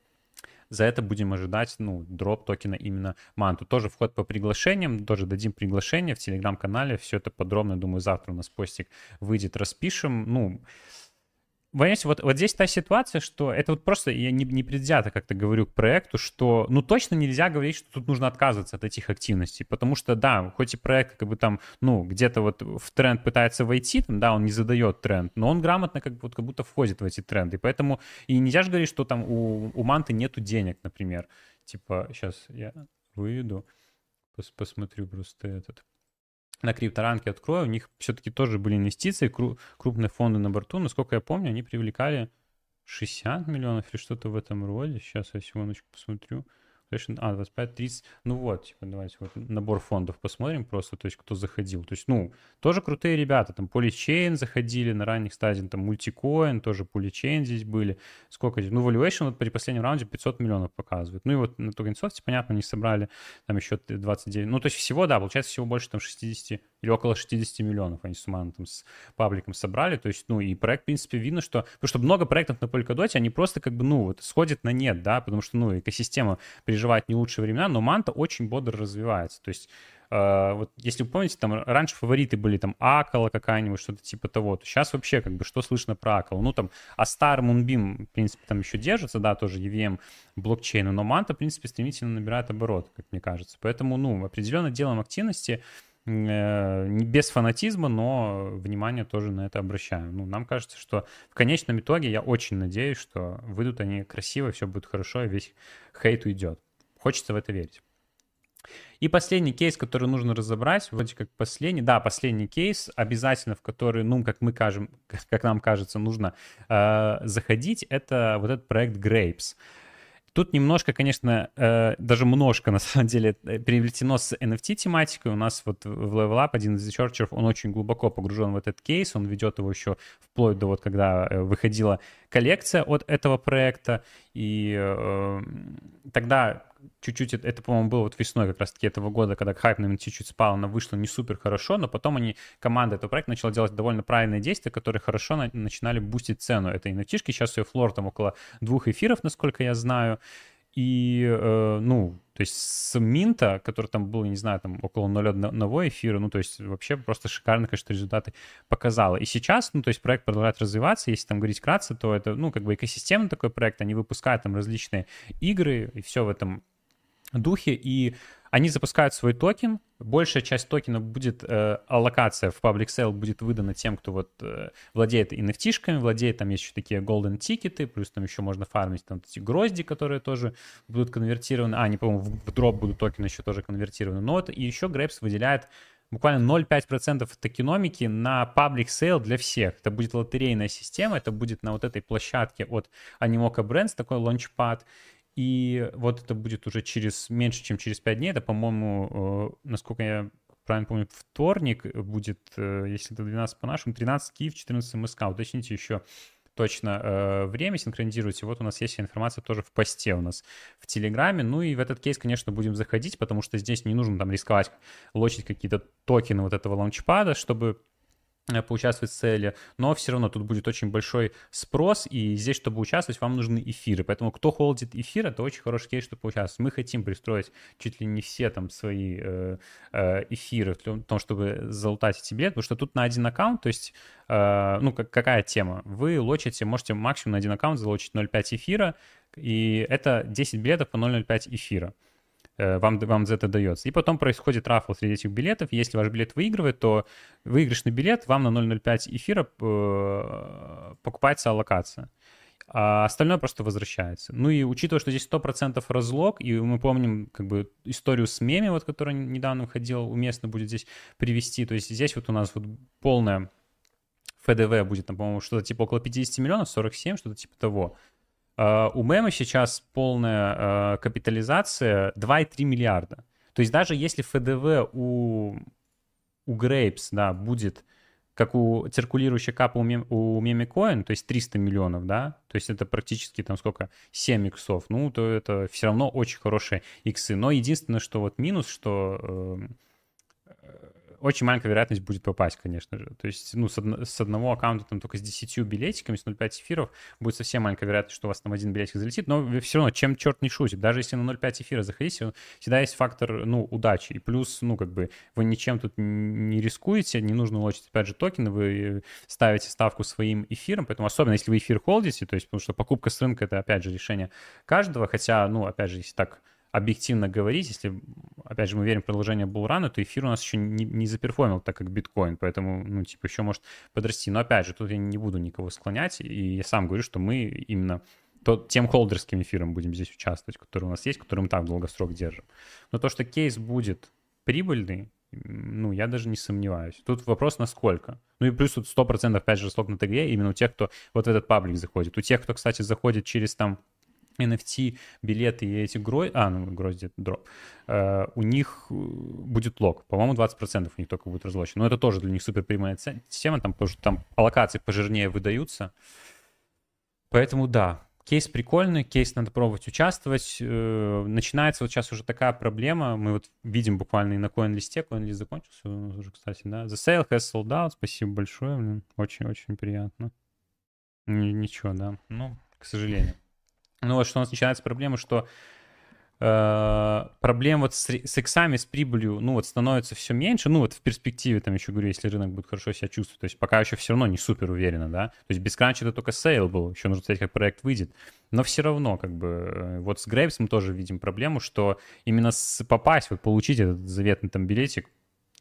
за это будем ожидать, ну, дроп токена именно Manta. Тоже вход по приглашениям, тоже дадим приглашение в Телеграм-канале, все это подробно, думаю, завтра у нас постик выйдет, распишем, ну... Понимаете, вот, вот здесь та ситуация, что это вот просто, я не, не предвзято как-то говорю к проекту, что ну точно нельзя говорить, что тут нужно отказываться от этих активностей, потому что, да, хоть и проект как бы там, ну, где-то вот в тренд пытается войти, там, да, он не задает тренд, но он грамотно как, вот, как будто входит в эти тренды, поэтому и нельзя же говорить, что там у, у Манты нету денег, например. Типа, сейчас я выведу, пос, посмотрю просто этот... На крипторанке открою, у них все-таки тоже были инвестиции, кру- крупные фонды на борту. Насколько я помню, они привлекали шестьдесят миллионов или что-то в этом роде. Сейчас я секундочку посмотрю. А, двадцать пять тридцать. Ну вот, типа, давайте вот набор фондов посмотрим просто, то есть кто заходил. То есть, ну, тоже крутые ребята. Там Polychain заходили на ранних стадиях, там Multicoin, тоже Polychain здесь были. Сколько здесь? Ну, valuation вот при последнем раунде пятьсот миллионов показывает. Ну и вот на TokenSoft, понятно, они собрали там еще двадцать девять. Ну, то есть всего, да, получается всего больше там шестьдесят или около шестьдесят миллионов они суммарно там с пабликом собрали. То есть, ну, и проект, в принципе, видно, что... Потому что много проектов на Polkadot, они просто как бы, ну, вот сходят на нет, да, потому что, ну, экосистема переживает не лучшие времена, но Manta очень бодро развивается. То есть, э, вот если вы помните, там раньше фавориты были там Акала какая-нибудь, что-то типа того, то сейчас вообще как бы что слышно про Акалу? Ну, там Astar, Moonbeam, в принципе, там еще держится, да, тоже и ви эм блокчейна, но Manta, в принципе, стремительно набирает оборот, как мне кажется. Поэтому, ну, определенно делаем активности, не без фанатизма, но внимание тоже на это обращаем. Ну, нам кажется, что в конечном итоге я очень надеюсь, что выйдут они красиво, все будет хорошо, и весь хейт уйдет. Хочется в это верить. И последний кейс, который нужно разобрать, вроде как последний, да, последний кейс, обязательно в который, ну, как мы кажем, как нам кажется, нужно э, заходить, это вот этот проект Grapes. Тут немножко, конечно, э, даже немножко, на самом деле, переплетено с эн эф ти-тематикой. У нас вот в Level Up один из ресерчеров, он очень глубоко погружен в этот кейс, он ведет его еще вплоть до вот, когда выходила коллекция от этого проекта, и э, тогда чуть-чуть, это, это, по-моему, было вот весной как раз-таки этого года, когда хайп на эн эф ти чуть спал, она вышла не супер хорошо, но потом они, команда этого проекта начала делать довольно правильные действия, которые хорошо на, начинали бустить цену этой эн эф ти-шки. Сейчас ее флор там около двух эфиров, насколько я знаю. И, э, ну, то есть с Минта, который там был, не знаю, там около ноль целых одного эфира, ну, то есть вообще просто шикарно, конечно, результаты показало. И сейчас, ну, то есть проект продолжает развиваться, если там говорить вкратце, то это, ну, как бы экосистемный такой проект, они выпускают там различные игры и все в этом духе, и они запускают свой токен, большая часть токена будет, э, аллокация в public sale будет выдана тем, кто вот э, владеет эн эф ти-шками, владеет, там есть еще такие golden тикеты, плюс там еще можно фармить там эти грозди, которые тоже будут конвертированы, а, они, по-моему, в, в дроп будут токены еще тоже конвертированы, но вот и еще Grapes выделяет буквально ноль целых пять десятых процента токеномики на public sale для всех. Это будет лотерейная система, это будет на вот этой площадке от Animoca Brands, такой лаунчпад. И вот это будет уже через меньше, чем через пять дней. Это, по-моему, э, насколько я правильно помню, вторник будет, э, если это двенадцать по нашему, тринадцать Киев, четырнадцать МСК. Уточните еще точно э, время, синхронизируйте. Вот у нас есть информация тоже в посте у нас в Телеграме. Ну и в этот кейс, конечно, будем заходить, потому что здесь не нужно там рисковать, лочить какие-то токены вот этого лаунчпада, чтобы поучаствовать в цели, но все равно тут будет очень большой спрос, и здесь, чтобы участвовать, вам нужны эфиры, поэтому кто холдит эфир, это очень хороший кейс, чтобы поучаствовать. Мы хотим пристроить чуть ли не все там свои э, э, эфиры в том, чтобы залутать эти билеты, потому что тут на один аккаунт, то есть, э, ну, как, какая тема? Вы лочите, можете максимум на один аккаунт залочить ноль целых пять эфира, и это десять билетов по ноль целых пять эфира. Вам, вам за это дается. И потом происходит рафл среди этих билетов. Если ваш билет выигрывает, то выигрышный билет вам на ноль целых пять эфира покупается аллокация. А остальное просто возвращается. Ну и учитывая, что здесь сто процентов разлог, и мы помним как бы историю с меми, вот, которая недавно выходила, уместно будет здесь привести. То есть здесь вот у нас вот полная эф ди ви будет, там, по-моему, что-то типа около пятьдесят миллионов, сорок семь, что-то типа того. Uh, у мема сейчас полная uh, капитализация два целых три миллиарда. То есть даже если эф ди ви у, у Grapes, да, будет как у циркулирующей капы у, мем, у Memecoin, то есть триста миллионов, да, то есть это практически там сколько, семь иксов, ну, то это все равно очень хорошие иксы. Но единственное, что вот минус, что... Uh, очень маленькая вероятность будет попасть, конечно же. То есть, ну, с, од- с одного аккаунта там только с десятью билетиками, с ноль целых пять эфиров, будет совсем маленькая вероятность, что у вас там один билетик залетит, но все равно, чем черт не шутит, даже если на ноль целых пять эфира заходите, всегда есть фактор, ну, удачи. И плюс, ну, как бы, вы ничем тут не рискуете, не нужно лочить, опять же, токены, вы ставите ставку своим эфиром, поэтому особенно, если вы эфир холдите, то есть, потому что покупка с рынка — это, опять же, решение каждого, хотя, ну, опять же, если так объективно говорить, если, опять же, мы верим в продолжение булрана, то эфир у нас еще не, не заперформил так, как биткоин, поэтому, ну, типа, еще может подрасти. Но, опять же, тут я не буду никого склонять, и я сам говорю, что мы именно то, тем холдерским эфиром будем здесь участвовать, который у нас есть, который мы так в долгосрок держим. Но то, что кейс будет прибыльный, ну, я даже не сомневаюсь. Тут вопрос, насколько. Ну и плюс тут сто процентов, опять же, слог на ТГ именно у тех, кто вот в этот паблик заходит. У тех, кто, кстати, заходит через там эн эф ти, билеты и эти грозди, а, ну, грозди, дроп, э, у них будет лог. По-моему, двадцать процентов у них только будет разлочено. Но это тоже для них супер прямая тема, там, потому что там аллокации пожирнее выдаются. Поэтому да, кейс прикольный, кейс надо пробовать участвовать. Э, начинается вот сейчас уже такая проблема, мы вот видим буквально и на CoinList, CoinList закончился уже, кстати, да. The sale has sold out, спасибо большое, блин, очень-очень приятно. Ничего, да, ну, к сожалению. Ну вот что у нас начинается проблема, что э, проблем вот с, с иксами, с прибылью, ну вот становится все меньше, ну вот в перспективе, там еще говорю, если рынок будет хорошо себя чувствовать, то есть пока еще все равно не супер уверенно, да, то есть без кранча это только сейл был, еще нужно смотреть, как проект выйдет, но все равно как бы вот с Grapes мы тоже видим проблему, что именно с, попасть, вот получить этот заветный там билетик,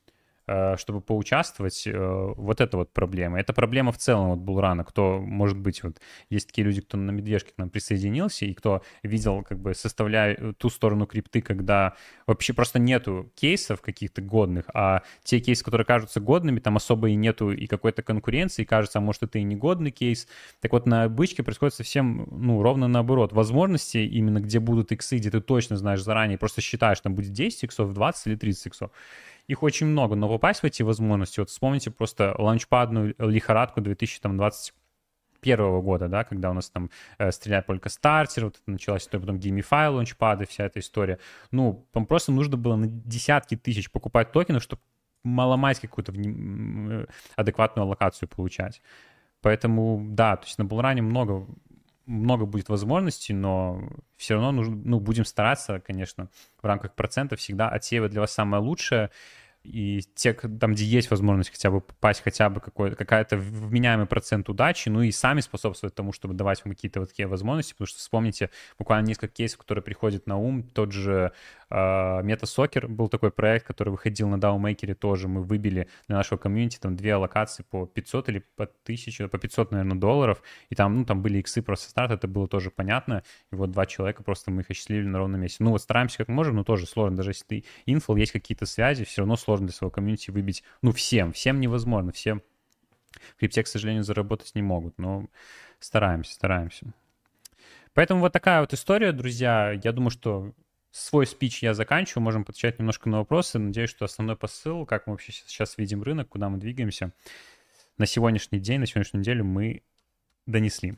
э, чтобы поучаствовать, э, вот это вот проблема. Это проблема в целом вот Булрана. Кто, может быть, вот есть такие люди, кто на медвежке к нам присоединился, и кто видел, как бы, составляя ту сторону крипты, когда вообще просто нету кейсов каких-то годных, а те кейсы, которые кажутся годными, там особо и нету и какой-то конкуренции, кажется, а может, это и негодный кейс. Так вот, на бычке происходит совсем, ну, ровно наоборот. Возможности именно, где будут иксы, где ты точно знаешь заранее, просто считаешь, там будет десять иксов, двадцать или тридцать иксов. Их очень много, но попасть в эти возможности, вот вспомните просто лаунчпадную лихорадку две тысячи двадцать первого года, да, когда у нас там э, стреляли только стартер, вот это началась, потом геймифай, лаунчпады, вся эта история. Ну, там просто нужно было на десятки тысяч покупать токенов, чтобы маломать какую-то вним... адекватную аллокацию получать. Поэтому, да, то есть на Булране много, много будет возможностей, но все равно нужно, ну, будем стараться, конечно, в рамках процентов всегда отсеивать для вас самое лучшее. И те, там, где есть возможность хотя бы попасть хотя бы какой, какая-то вменяемый процент удачи, ну и сами способствовать тому, чтобы давать вам какие-то вот такие возможности, потому что вспомните буквально несколько кейсов, которые приходят на ум, тот же э, MetaSoccer был такой проект, который выходил на DAO-мейкере тоже, мы выбили для нашего комьюнити там две аллокации по пятьсот или по тысяче, по пятьсот, наверное, долларов, и там, ну, там были иксы просто старт, это было тоже понятно, и вот два человека просто мы их осчастливили на ровном месте. Ну вот стараемся как можем, но тоже сложно, даже если ты инфол, есть какие-то связи, все равно сложно для своего комьюнити выбить, ну, всем, всем невозможно, всем в крипте, к сожалению, заработать не могут, но стараемся, стараемся. Поэтому вот такая вот история, друзья. Я думаю, что свой спич я заканчиваю, можем отвечать немножко на вопросы. Надеюсь, что основной посыл, как мы вообще сейчас видим рынок, куда мы двигаемся, на сегодняшний день, на сегодняшнюю неделю мы донесли.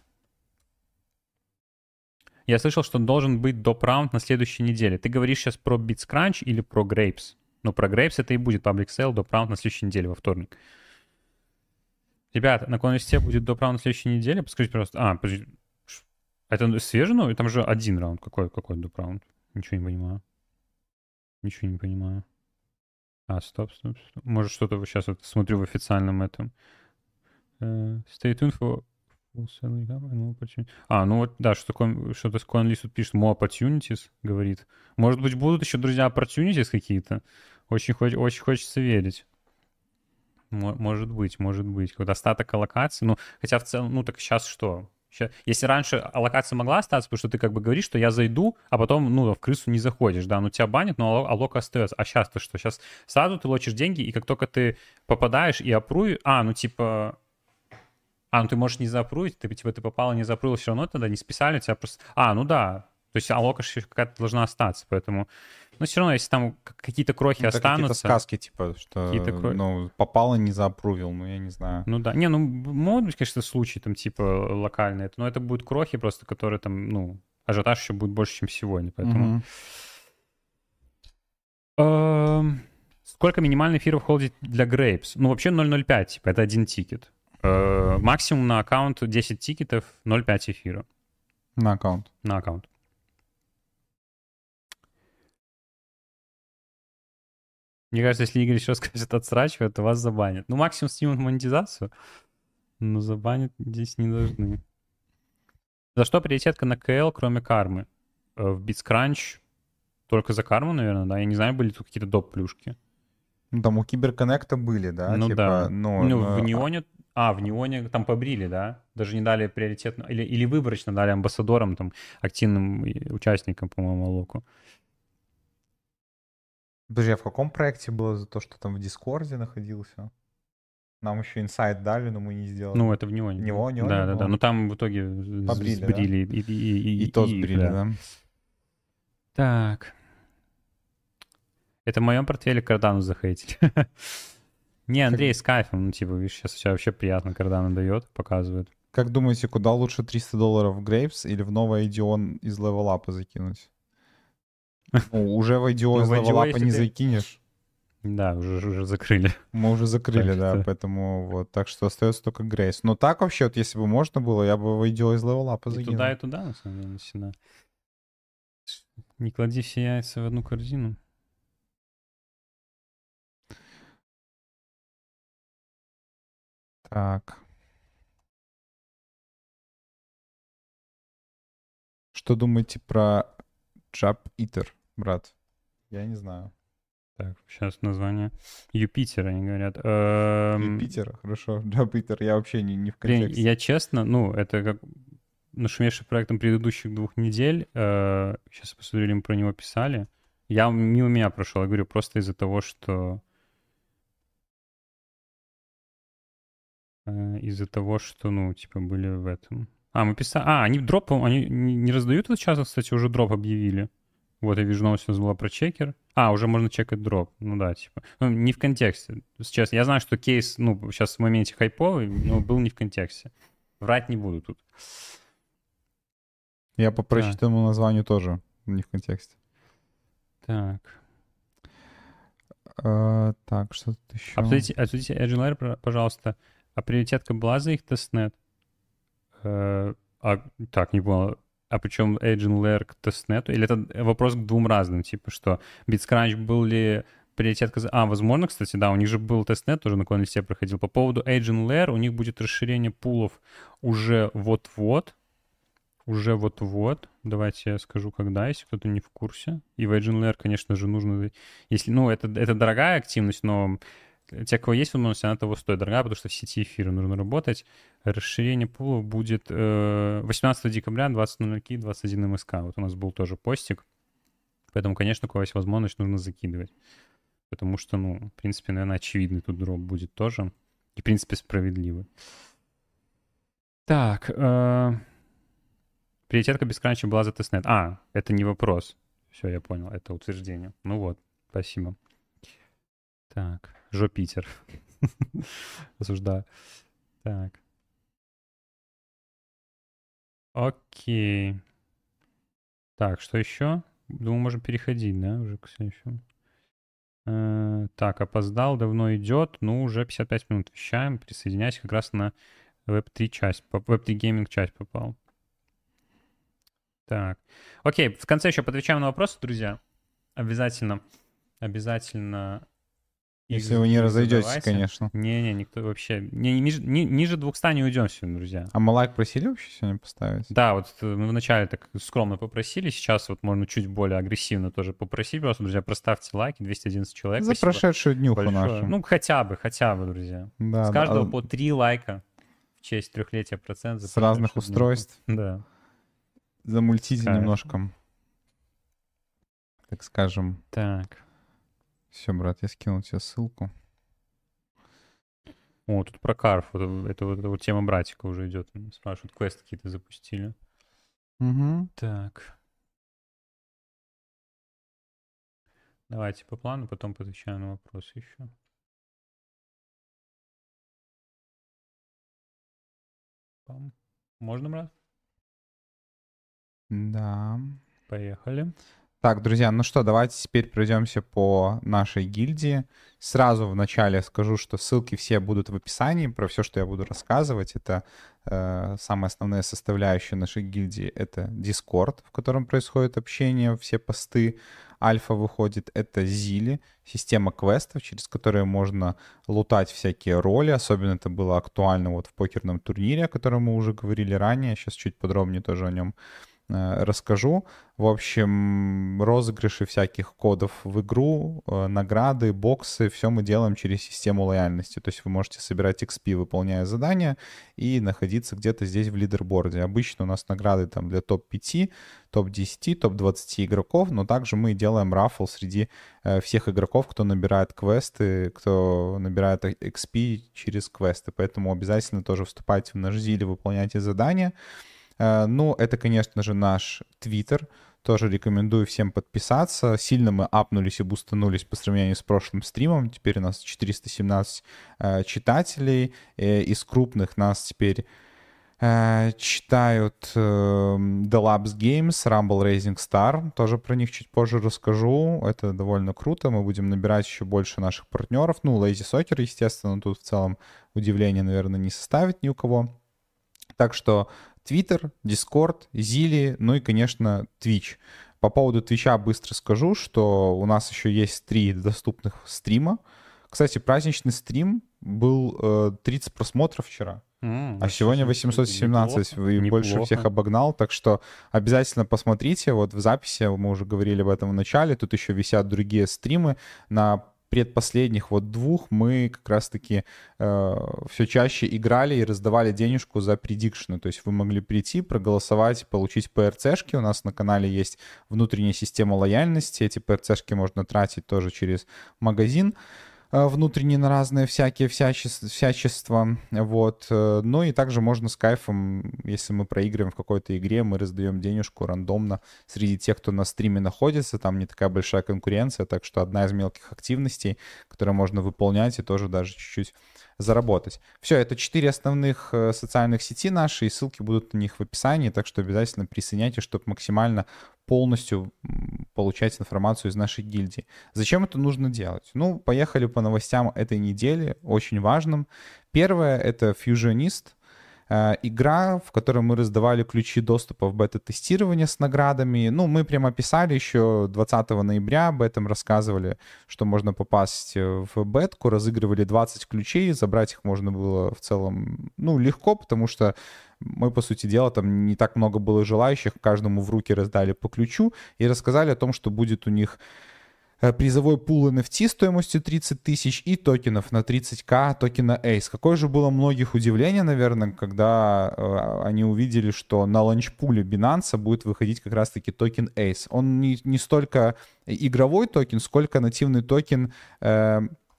Я слышал, что должен быть доп-раунд на следующей неделе. Ты говоришь сейчас про BitsCrunch или про Grapes? Ну, про Grapes это и будет Public Sale, доп-раунд на следующей неделе, во вторник. Ребят, на CoinList будет доп-раунд на следующей неделе. Подскажите, пожалуйста. А, подожди. Это свежий, ну? Там же один раунд. Какой, какой доп-раунд? Ничего не понимаю. Ничего не понимаю. А, стоп, стоп, стоп. Может, что-то сейчас вот смотрю в официальном этом. Uh, stay tuned for full selling up and more opportunities. А, ну вот, да, что такое, что-то с CoinList тут пишет more opportunities, говорит. Может быть, будут еще, друзья, opportunities какие-то? Очень, хоч, очень хочется верить. Может быть, может быть. Какой-то остаток аллокации. Ну, хотя в целом, ну так сейчас что? Сейчас, если раньше аллокация могла остаться, потому что ты как бы говоришь, что я зайду, а потом, ну, в крысу не заходишь, да, ну тебя банят, но аллока остается. А сейчас-то что? Сейчас сразу ты лочишь деньги, и как только ты попадаешь и апруй, а, ну типа... А, ну ты можешь не заапрувить, ты, типа, ты попала, не заапрувила, все равно тогда не списали, тебя просто... А, ну да, то есть алока какая-то должна остаться, поэтому... Но все равно, если там какие-то крохи ну, останутся... какие-то сказки, типа, что, крохи... ну, попало, не заапрувил, ну, я не знаю. Ну да, не, ну, могут быть, конечно, случаи, там, типа, локальные, но это будут крохи просто, которые там, ну, ажиотаж еще будет больше, чем сегодня, поэтому... Mm-hmm. Сколько минимальный эфиров холдить для Grapes? Ну, вообще ноль ноль пять, типа, это один тикет. Uh, максимум на аккаунт десять тикетов, ноль целых пять эфира. На аккаунт. На аккаунт. Мне кажется, если Игорь еще скажет отсрачивать, то вас забанят. Ну, максимум снимут монетизацию, но забанят здесь не должны. За что приоритетка на КЛ, кроме кармы? В BitsCrunch только за карму, наверное, да? Я не знаю, были тут какие-то доп-плюшки. Ну, там у Киберконнекта были, да? Ну типа, да. Ну, ну но... в Неоне... А, в Неоне там побрили, да? Даже не дали приоритетно... Или, или выборочно дали амбассадорам, там, активным участникам, по-моему, Алоку. Подожди, а в каком проекте было за то, что там в Дискорде находился? Нам еще инсайт дали, но мы не сделали. Ну, это в Неоне. В Неоне? Да, да, но... да. Но там в итоге побрили, сбрили да? и, и, и, и, и то сбрили, да. да. Так. Это в моем портфеле Кардану захейтили. Не, Андрей, с кайфом. Ну, типа, видишь, сейчас все вообще приятно Кардана дает, показывает. Как думаете, куда лучше триста долларов в Grapes или в новый ай ди о из левелапа закинуть? Ну, уже в ай ди о из левелапа не закинешь. Да, уже, уже закрыли. Мы уже закрыли, да, поэтому вот. Так что остается только Grace. Но так вообще, вот если бы можно было, я бы в ай ди о из левелапа закинул. И туда, и туда, на самом деле, всегда. Не клади все яйца в одну корзину. Так. Что думаете про Jab Eater, брат? Я не знаю. Так, сейчас название. Юпитер, они говорят. Эм, Юпитер, хорошо. Джупитер, я вообще не, не в Блин, контексте. я честно, ну, это как нашумевший проектом предыдущих двух недель. Э, сейчас я посмотрю, или мы про него писали. Я мимо меня прошел, я говорю, просто из-за того, что... э, из-за того, что, ну, типа, были в этом... А, мы писали... А, они дроп, они не не раздают этот час, кстати, уже дроп объявили. Вот, я вижу, новость у нас была про чекер. А, уже можно чекать дроп. Ну да, типа. Ну, не в контексте. Сейчас я знаю, что кейс, ну, сейчас в моменте хайповый, но был не в контексте. Врать не буду тут. Я по прочитанному названию тоже не в контексте. Так. А, так, что тут еще? Обсудите, обсудите Edge Layer, пожалуйста. А приоритетка была за их тестнет? Э, а, так, не понял. А причем Edge Layer к тестнету? Или это вопрос к двум разным? Типа, что BitScratch был ли приоритетка за... А, возможно, кстати, да, у них же был тестнет, тоже на CoinList проходил. По поводу Edge Layer у них будет расширение пулов уже вот-вот. Уже вот-вот. Давайте я скажу, когда, если кто-то не в курсе. И в Edge Layer, конечно же, нужно... Если, ну, это, это дорогая активность, но те, у кого есть возможность, она того стоит. Дорогая, потому что в сети эфира нужно работать. Расширение пулов будет э, восемнадцатого декабря, двадцать ноль ноль двадцать один МСК. Вот у нас был тоже постик. Поэтому, конечно, у кого есть возможность, нужно закидывать. Потому что, ну, в принципе, наверное, очевидный тут дроп будет тоже. И, в принципе, справедливый. Так, э... приоритетка без кранча была за тестнет. А, это не вопрос. Все, я понял, это утверждение. Ну вот, спасибо. Так, Жо Питер. Осуждаю. Так. Окей. Так, что еще? Думаю, можем переходить, да, уже к следующему. Э, так, опоздал, давно идет. Ну, уже пятьдесят пять минут вещаем. Присоединяйся, как раз на веб три часть, веб три гейминг часть попал. Так. Окей, в конце еще подвечаем на вопросы, друзья. Обязательно. Обязательно. Если вы не разойдетесь, конечно. Не-не, никто вообще... Не, ниже, ни, ниже двухсот не уйдем сегодня, друзья. А мы лайк просили вообще сегодня поставить? Да, вот мы вначале так скромно попросили, сейчас вот можно чуть более агрессивно тоже попросить. Просто, друзья, проставьте лайки, двести одиннадцать человек. За Спасибо прошедшую днюху большое. нашу. Ну, хотя бы, хотя бы, друзья. Да, С каждого да. по три лайка в честь трехлетия процента. С разных устройств. Да. Замультите Кайф. немножко. Так скажем. Так. Все, брат, я скинул тебе ссылку. О, тут про Карф. Вот, это, вот, это вот тема братика уже идет. Спрашивают, квест какие-то запустили. Угу. Так. Давайте по плану, потом отвечаю на вопросы еще. Пам. Можно, брат? Да. Поехали. Так, друзья, ну что, давайте теперь пройдемся по нашей гильдии. Сразу вначале скажу, что ссылки все будут в описании. Про все, что я буду рассказывать, это э, самая основная составляющая нашей гильдии. Это Discord, в котором происходит общение, все посты. Альфа выходит. Это Зили, система квестов, через которые можно лутать всякие роли. Особенно это было актуально вот в покерном турнире, о котором мы уже говорили ранее. Сейчас чуть подробнее тоже о нем расскажу. В общем, розыгрыши всяких кодов в игру, награды, боксы, все мы делаем через систему лояльности. То есть вы можете собирать икс пи, выполняя задания, и находиться где-то здесь в лидерборде. Обычно у нас награды там для топ пяти, топ десяти, топ двадцати игроков, но также мы делаем рафл среди э, всех игроков, кто набирает квесты, кто набирает икс пи через квесты. Поэтому обязательно тоже вступайте в наш зиль и выполняйте задания. Ну, это, конечно же, наш Твиттер. Тоже рекомендую всем подписаться. Сильно мы апнулись и бустанулись по сравнению с прошлым стримом. Теперь у нас четыреста семнадцать э, читателей. Э, из крупных нас теперь э, читают э, The Labs Games, Rumble Rising Star. Тоже про них чуть позже расскажу. Это довольно круто. Мы будем набирать еще больше наших партнеров. Ну, Lazy Soccer, естественно. Тут в целом удивления, наверное, не составит ни у кого. Так что Twitter, Discord, Zili, ну и, конечно, Twitch. По поводу Твича быстро скажу, что у нас еще есть три доступных стрима. Кстати, праздничный стрим был э, тридцать просмотров вчера. М, А сегодня восемьсот семнадцать, и больше всех обогнал, так что обязательно посмотрите, вот в записи, мы уже говорили об этом в начале, тут еще висят другие стримы, на предпоследних вот двух мы как раз-таки э, все чаще играли и раздавали денежку за предикшены, то есть вы могли прийти, проголосовать, получить пэ эр цэ-шки, у нас на канале есть внутренняя система лояльности, эти пэ эр цэ-шки можно тратить тоже через магазин, внутренние на разные всякие всячества, всячества, вот. Ну и также можно с кайфом, если мы проигрываем в какой-то игре, мы раздаем денежку рандомно среди тех, кто на стриме находится, там не такая большая конкуренция, так что одна из мелких активностей, которые можно выполнять и тоже даже чуть-чуть заработать. Все, это четыре основных социальных сети наши, и ссылки будут на них в описании, так что обязательно присоединяйтесь, чтобы максимально полностью получать информацию из нашей гильдии. Зачем это нужно делать? Ну, поехали по новостям этой недели, очень важным. Первое — это Fusionist. Игра, в которой мы раздавали ключи доступа в бета-тестирование с наградами. Ну, мы прямо писали еще двадцатого ноября, об этом рассказывали, что можно попасть в бетку, разыгрывали двадцать ключей, забрать их можно было в целом, ну, легко, потому что мы, по сути дела, там не так много было желающих, каждому в руки раздали по ключу и рассказали о том, что будет у них призовой пул эн эф ти стоимостью тридцать тысяч и токенов на тридцать тысяч токена Ace. Какое же было многих удивление, наверное, когда э, они увидели, что на ланчпуле Binance будет выходить как раз-таки токен Ace. Он не, не столько игровой токен, сколько нативный токен э,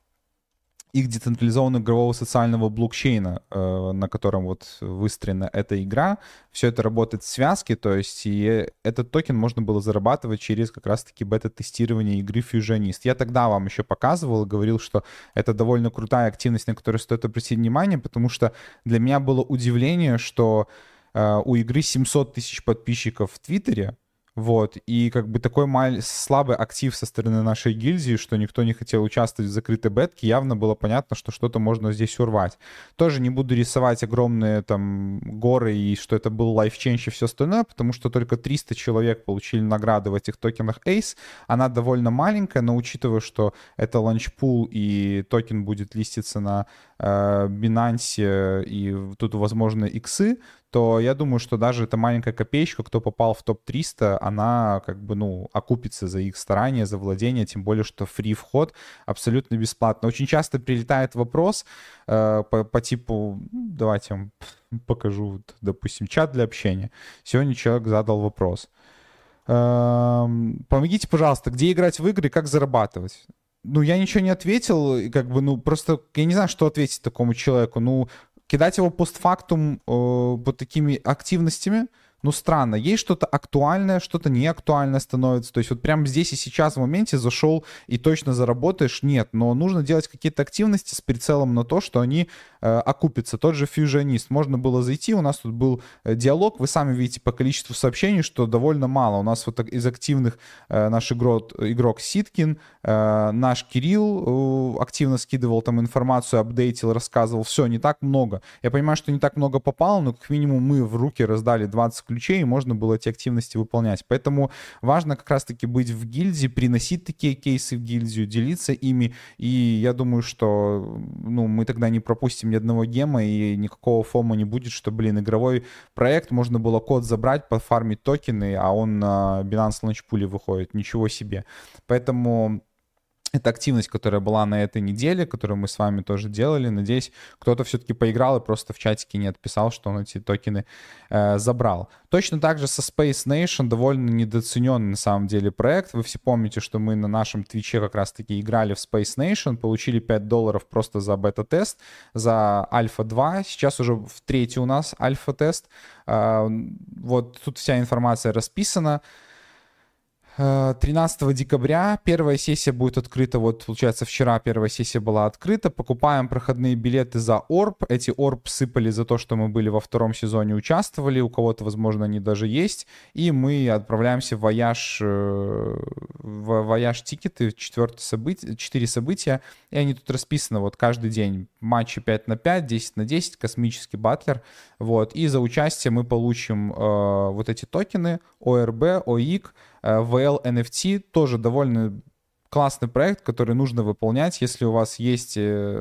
их децентрализованного игрового социального блокчейна, э, на котором вот выстроена эта игра. Все это работает в связке, то есть и этот токен можно было зарабатывать через как раз-таки бета-тестирование игры Fusionist. Я тогда вам еще показывал и говорил, что это довольно крутая активность, на которую стоит обратить внимание, потому что для меня было удивление, что э, у игры семьсот тысяч подписчиков в Твиттере, вот, и как бы такой маль... слабый актив со стороны нашей гильдии, что никто не хотел участвовать в закрытой бетке, явно было понятно, что что-то можно здесь урвать. Тоже не буду рисовать огромные там горы и что это был лайфчейндж и все остальное, потому что только триста человек получили награды в этих токенах Ace. Она довольно маленькая, но учитывая, что это ланчпул и токен будет листиться на э, Binance и тут возможны иксы, то я думаю, что даже эта маленькая копеечка, кто попал в топ триста, она как бы, ну, окупится за их старания, за владение, тем более, что фри вход абсолютно бесплатно. Очень часто прилетает вопрос э, по, по типу, давайте я вам покажу, допустим, чат для общения. Сегодня человек задал вопрос. Э, помогите, пожалуйста, где играть в игры, как зарабатывать? Ну, я ничего не ответил, и как бы, ну, просто я не знаю, что ответить такому человеку. Ну, кидать его постфактум э, вот такими активностями, ну, странно. Есть что-то актуальное, что-то неактуальное становится. То есть вот прямо здесь и сейчас в моменте зашел и точно заработаешь? Нет. Но нужно делать какие-то активности с прицелом на то, что они э, окупятся. Тот же Fusionist. Можно было зайти, у нас тут был диалог. Вы сами видите по количеству сообщений, что довольно мало. У нас вот из активных э, наш игрок, игрок Ситкин, э, наш Кирилл э, активно скидывал там информацию, апдейтил, рассказывал. Все, не так много. Я понимаю, что не так много попало, но как минимум мы в руки раздали двадцать ключей, и можно было эти активности выполнять. Поэтому важно как раз-таки быть в гильдии, приносить такие кейсы в гильдию, делиться ими, и я думаю, что ну, мы тогда не пропустим ни одного гема, и никакого фома не будет, что, блин, игровой проект, можно было код забрать, подфармить токены, а он на Binance Launch выходит. Ничего себе. Поэтому это активность, которая была на этой неделе, которую мы с вами тоже делали. Надеюсь, кто-то все-таки поиграл и просто в чатике не отписал, что он эти токены э, забрал. Точно так же со Space Nation, довольно недооцененный на самом деле проект. Вы все помните, что мы на нашем твиче как раз-таки играли в Space Nation, получили пять долларов просто за бета-тест, за Альфа два. Сейчас уже в третий у нас Альфа-тест. Э, вот тут вся информация расписана. тринадцатого декабря первая сессия будет открыта, вот получается вчера первая сессия была открыта, покупаем проходные билеты за орб, эти орб сыпали за то, что мы были во втором сезоне, участвовали, у кого-то, возможно, они даже есть, и мы отправляемся в вояж, в вояж тикеты, четвертое событие, четыре события, и они тут расписаны, вот каждый день матчи пять на пять, десять на десять, космический батлер, вот, и за участие мы получим э, вот эти токены, о эр би, о и си, ви эл эн эф ти, тоже довольно классный проект, который нужно выполнять. Если у вас есть,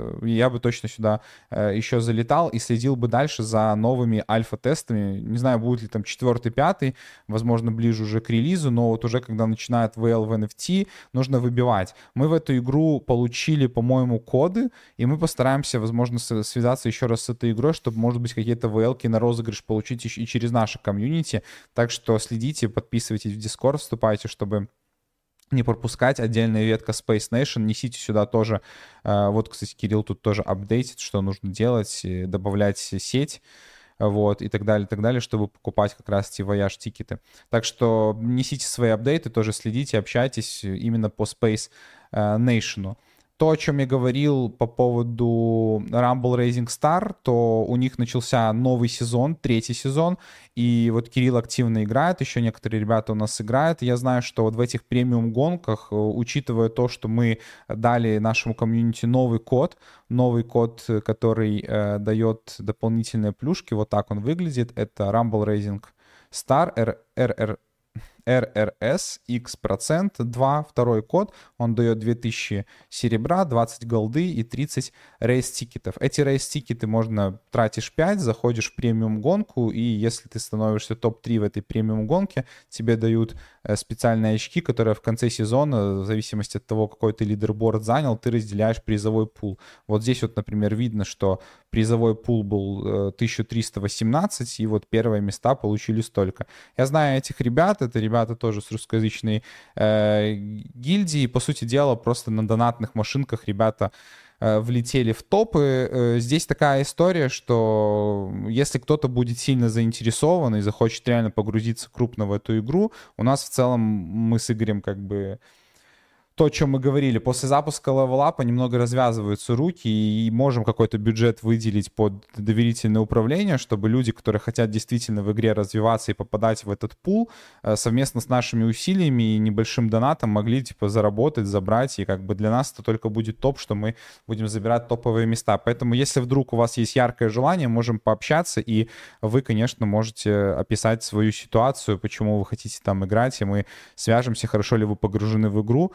я бы точно сюда еще залетал и следил бы дальше за новыми альфа-тестами. Не знаю, будет ли там четвертый, пятый, возможно, ближе уже к релизу, но вот уже когда начинает ви эл в эн эф ти, нужно выбивать. Мы в эту игру получили, по-моему, коды, и мы постараемся, возможно, связаться еще раз с этой игрой, чтобы, может быть, какие-то ви эл-ки на розыгрыш получить и через наше комьюнити. Так что следите, подписывайтесь в Discord, вступайте, чтобы не пропускать. Отдельная ветка Space Nation, несите сюда тоже. Вот, кстати, Кирилл тут тоже апдейтит, что нужно делать, добавлять сеть, вот, и так далее, и так далее, чтобы покупать как раз эти Voyage-тикеты. Так что несите свои апдейты, тоже следите, общайтесь именно по Space Nation. То, о чем я говорил по поводу Rumble Rising Star, то у них начался новый сезон, третий сезон, и вот Кирилл активно играет, еще некоторые ребята у нас играют. Я знаю, что вот в этих премиум-гонках, учитывая то, что мы дали нашему комьюнити новый код, новый код, который э, дает дополнительные плюшки, вот так он выглядит, это Rumble Rising Star, эр эр эр эр эр эс X процент два, второй код, он дает две тысячи серебра, двадцать голды и тридцать рейс-тикетов. Эти рейс-тикеты можно, тратишь пять, заходишь в премиум-гонку, и если ты становишься топ три в этой премиум-гонке, тебе дают специальные очки, которые в конце сезона, в зависимости от того, какой ты лидерборд занял, ты разделяешь призовой пул. Вот здесь вот, например, видно, что призовой пул был тысяча триста восемнадцать, и вот первые места получили столько. Я знаю этих ребят, это ребята тоже с русскоязычной э, гильдии. По сути дела, просто на донатных машинках ребята э, влетели в топы. Э, здесь такая история, что если кто-то будет сильно заинтересован и захочет реально погрузиться крупно в эту игру, у нас в целом мы с Игорем как бы... То, о чем мы говорили, после запуска левелапа немного развязываются руки, и можем какой-то бюджет выделить под доверительное управление, чтобы люди, которые хотят действительно в игре развиваться и попадать в этот пул, совместно с нашими усилиями и небольшим донатом могли типа заработать, забрать, и как бы для нас это только будет топ, что мы будем забирать топовые места. Поэтому если вдруг у вас есть яркое желание, можем пообщаться, и вы, конечно, можете описать свою ситуацию, почему вы хотите там играть, и мы свяжемся, хорошо ли вы погружены в игру.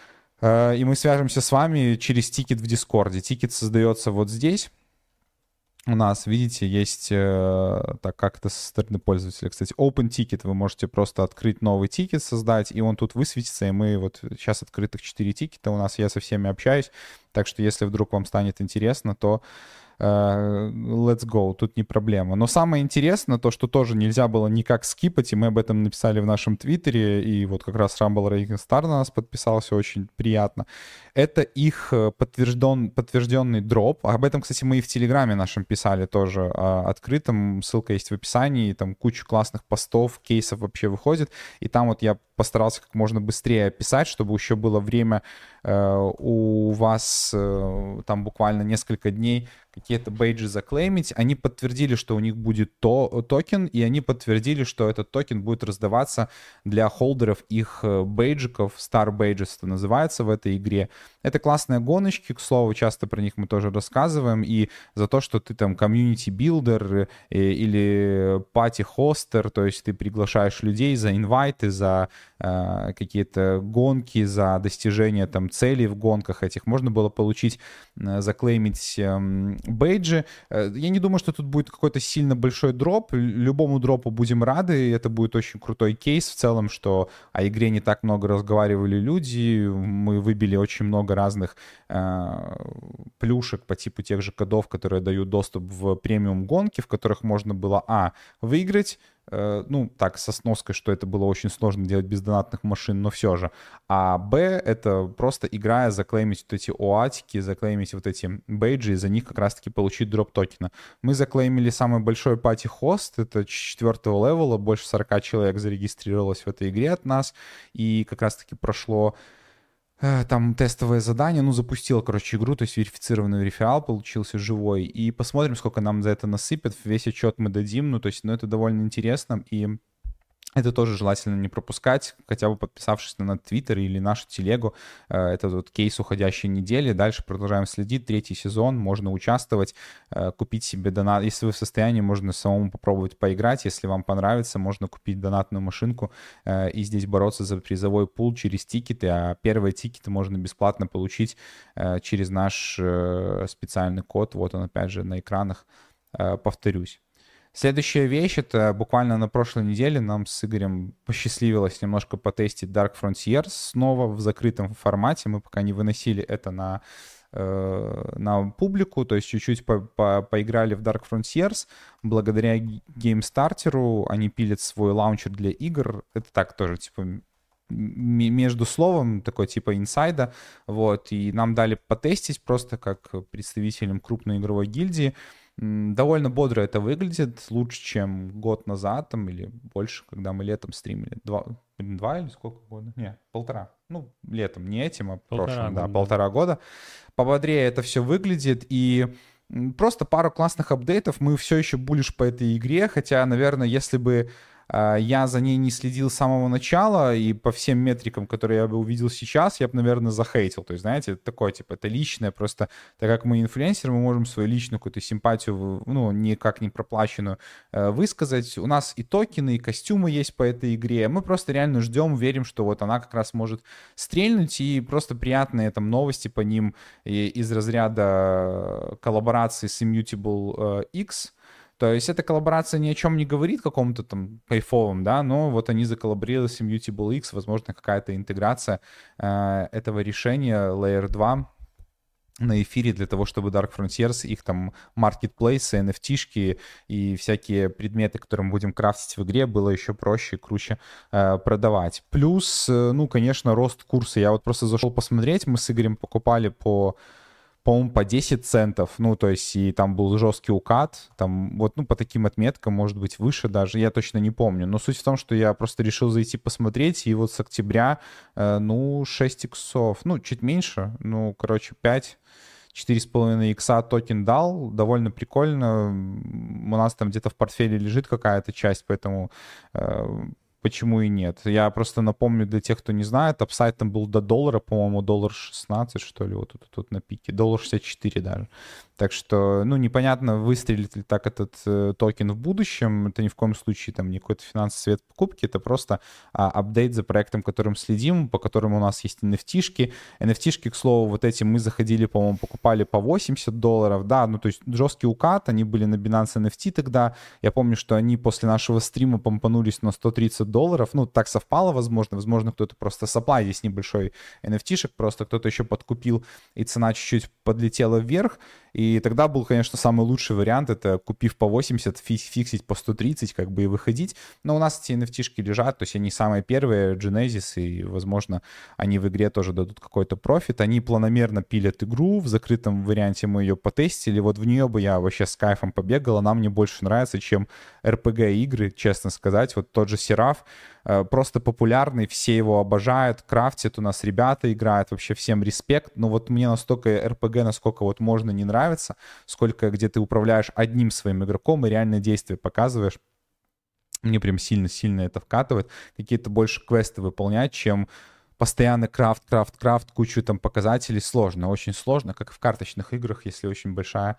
И мы свяжемся с вами через тикет в Дискорде. Тикет создается вот здесь. У нас, видите, есть, так как это со стороны пользователя, кстати, Open Ticket. Вы можете просто открыть новый тикет, создать, и он тут высветится. И мы вот сейчас открытых четыре тикета у нас, я со всеми общаюсь. Так что если вдруг вам станет интересно, то Uh, let's go, тут не проблема. Но самое интересное, то, что тоже нельзя было никак скипать, и мы об этом написали в нашем твиттере, и вот как раз Rumble Rising Star на нас подписался, очень приятно. Это их подтвержден, подтвержденный дроп. Об этом, кстати, мы и в Телеграме нашем писали тоже uh, открытым, ссылка есть в описании, там куча классных постов, кейсов вообще выходит, и там вот я постарался как можно быстрее описать, чтобы еще было время э, у вас э, там буквально несколько дней какие-то бейджи заклеймить. Они подтвердили, что у них будет то, токен, и они подтвердили, что этот токен будет раздаваться для холдеров их бейджиков, Star Badges это называется в этой игре. Это классные гоночки, к слову, часто про них мы тоже рассказываем, и за то, что ты там комьюнити-билдер или пати-хостер, то есть ты приглашаешь людей за инвайты, за э, какие-то гонки, за достижение там целей в гонках этих, можно было получить, э, заклеймить э, бейджи. Я не думаю, что тут будет какой-то сильно большой дроп. Любому дропу будем рады. Это будет очень крутой кейс в целом, что о игре не так много разговаривали люди. Мы выбили очень много разных э, плюшек по типу тех же кодов, которые дают доступ в премиум гонки, в которых можно было, а, выиграть, ну, так, со сноской, что это было очень сложно делать без донатных машин, но все же. А Б, это просто играя, заклеймить вот эти оатики, заклеймить вот эти бейджи, и за них как раз-таки получить дроп токена. Мы заклеймили самый большой пати-хост, это четвертого левела, больше сорок человек зарегистрировалось в этой игре от нас, и как раз-таки прошло там тестовое задание, ну, запустил, короче, игру, то есть верифицированный реферал получился живой, и посмотрим, сколько нам за это насыпят, весь отчет мы дадим, ну, то есть, ну, это довольно интересно, и Это тоже желательно не пропускать, хотя бы подписавшись на Твиттер или нашу телегу. Э, Это вот кейс уходящей недели. Дальше продолжаем следить. Третий сезон, можно участвовать, э, купить себе донат. Если вы в состоянии, можно самому попробовать поиграть. Если вам понравится, можно купить донатную машинку э, и здесь бороться за призовой пул через тикеты. А первые тикеты можно бесплатно получить э, через наш э, специальный код. Вот он опять же на экранах. Э, Повторюсь. Следующая вещь, это буквально на прошлой неделе нам с Игорем посчастливилось немножко потестить Dark Frontiers снова в закрытом формате. Мы пока не выносили это на, э, на публику, то есть чуть-чуть по по поиграли в Dark Frontiers. Благодаря GameStarter они пилят свой лаунчер для игр. Это так тоже, типа, м- между словом, такой типа инсайда, вот, и нам дали потестить просто как представителям крупной игровой гильдии. М, Довольно бодро это выглядит, лучше, чем год назад, там, или больше, когда мы летом стримили. Два, блин, два или сколько года? Не, полтора. Ну, летом, не этим, а Полтора прошлым, да, года, да. полтора года. Пободрее это все выглядит, и м, просто пару классных апдейтов. Мы все еще булишь по этой игре, хотя, наверное, если бы а, я за ней не следил с самого начала, и по всем метрикам, которые я бы увидел сейчас, я бы, наверное, захейтил. То есть, знаете, это такое, типа, это личное, просто так как мы инфлюенсеры, мы можем свою личную какую-то симпатию, в- ну, никак не проплаченную, э, высказать. У нас и токены, и костюмы есть по этой игре. Мы просто реально ждем, верим, что вот она как раз может стрельнуть, и просто приятные там новости по ним и- из разряда коллаборации с Immutable э, X. То есть эта коллаборация ни о чем не говорит какому-то там кайфовым, да, но вот они заколлаборировали с Immutable X, возможно, какая-то интеграция э, этого решения Layer два на эфире для того, чтобы Dark Frontiers, их там маркетплейсы, эн эф ти-шки и всякие предметы, которые мы будем крафтить в игре, было еще проще и круче э, продавать. Плюс, э, ну, конечно, рост курса. Я вот просто зашел посмотреть, мы с Игорем покупали по по-моему, по десять центов, ну, то есть, и там был жесткий укат, там, вот, ну, по таким отметкам, может быть, выше даже, я точно не помню, но суть в том, что я просто решил зайти посмотреть, и вот с октября, э, ну, шесть иксов, ну, чуть меньше, ну, короче, пять, четыре с половиной икса токен дал, довольно прикольно, М, у нас там где-то в портфеле лежит какая-то часть, поэтому э, почему и нет. Я просто напомню для тех, кто не знает, апсайд там был до доллара, по-моему, доллар шестнадцать, что ли, вот тут, тут на пике, доллар шестьдесят четыре даже. Так что, ну, непонятно, выстрелит ли так этот э, токен в будущем. Это ни в коем случае там не какой-то финансовый совет покупки, это просто а, апдейт за проектом, которым следим, по которому у нас есть эн эф ти-шки. эн эф ти-шки, к слову, вот эти мы заходили, по-моему, покупали по восемьдесят долларов, да, ну, то есть жесткий укат, они были на Binance эн эф ти тогда. Я помню, что они после нашего стрима помпанулись на сто тридцать долларов, ну, так совпало, возможно, возможно, кто-то просто supply здесь небольшой эн эф ти-шек, просто кто-то еще подкупил, и цена чуть-чуть подлетела вверх. И тогда был, конечно, самый лучший вариант, это купив по восемьдесят, фи- фиксить по сто тридцать, как бы и выходить. Но у нас эти эн эф ти-шки лежат, то есть они самые первые, Genesis, и, возможно, они в игре тоже дадут какой-то профит. Они планомерно пилят игру, в закрытом варианте мы ее потестили, вот в нее бы я вообще с кайфом побегал, она мне больше нравится, чем эр пи джи-игры, честно сказать. Вот тот же Сераф, э, просто популярный, все его обожают, крафтят, у нас ребята играют, вообще всем респект. Но вот мне настолько эр пи джи, насколько вот можно, не нравится, сколько где ты управляешь одним своим игроком и реальные действия показываешь. Мне прям сильно-сильно это вкатывает. Какие-то больше квесты выполнять, чем постоянно крафт, крафт, крафт, кучу там показателей. Сложно, очень сложно, как и в карточных играх, если очень большая,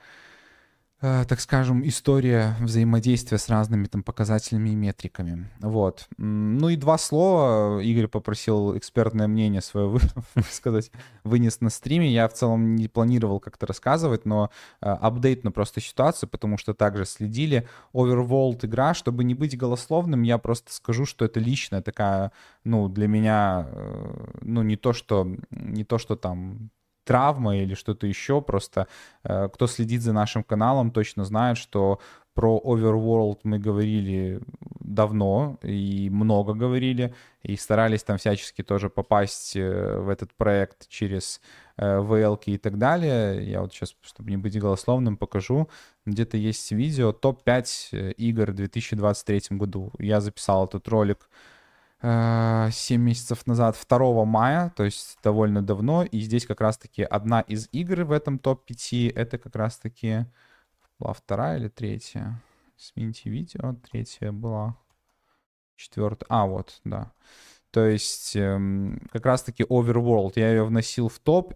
э, так скажем, история взаимодействия с разными там показателями и метриками. Вот. М, Ну и два слова. Игорь попросил экспертное мнение свое вы- высказать, вынес на стриме. Я в целом не планировал как-то рассказывать, но э, апдейт на просто ситуацию, потому что также следили. Overworld игра, чтобы не быть голословным, я просто скажу, что это личная такая, ну, для меня, э, ну, не то, что, не то, что там травма или что-то еще, просто э, кто следит за нашим каналом, точно знает, что про Overworld мы говорили давно и много говорили, и старались там всячески тоже попасть э, в этот проект через э, ви эл ки и так далее. Я вот сейчас, чтобы не быть голословным, покажу. Где-то есть видео топ пять э, игр в две тысячи двадцать третьем году. Я записал этот ролик э, семь месяцев назад, второго мая, то есть довольно давно. И здесь как раз-таки одна из игр в этом топ пяти, это как раз-таки была вторая или третья? Смените видео, третья была. Четвертый. А, вот, да. То есть эм, как раз-таки Overworld. Я ее вносил в топ,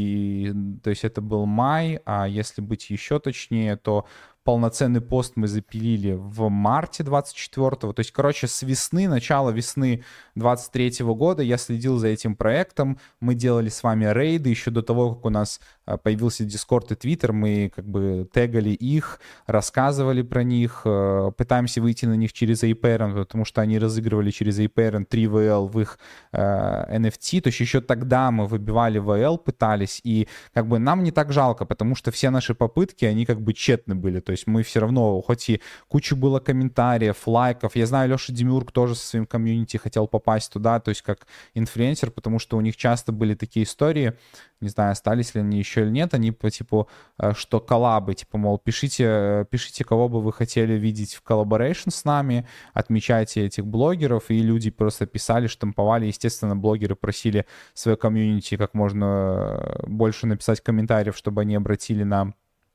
и то есть это был май, а если быть еще точнее, то полноценный пост мы запилили в марте двадцать четвёртого. То есть, короче, с весны, начала весны двадцать третьего года я следил за этим проектом. Мы делали с вами рейды еще до того, как у нас появился Discord и Twitter. Мы как бы тегали их, рассказывали про них, пытаемся выйти на них через A-Parent, потому что они разыгрывали через A-Parent три ви эл в их э, эн эф ти. То есть еще тогда мы выбивали ви эл, пытались, и как бы нам не так жалко, потому что все наши попытки, они как бы тщетны были. То есть мы все равно, хоть и куча было комментариев, лайков. Я знаю, Леша Демиург тоже со своим комьюнити хотел попасть туда, то есть как инфлюенсер, потому что у них часто были такие истории, не знаю, остались ли они еще или нет, они по типу, что коллабы, типа, мол, пишите, пишите, кого бы вы хотели видеть в коллаборейшн с нами, отмечайте этих блогеров, и люди просто писали, штамповали. Естественно, блогеры просили свое комьюнити как можно больше написать комментариев, чтобы они обратили на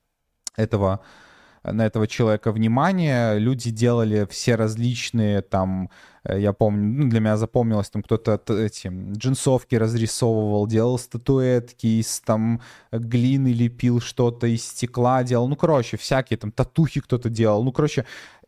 этого на этого человека внимание. Люди делали все различные там, я помню, ну, для меня запомнилось, там кто-то эти джинсовки разрисовывал, делал статуэтки из там глины, лепил что-то из стекла, делал, ну, короче, всякие там татухи кто-то делал, ну, короче,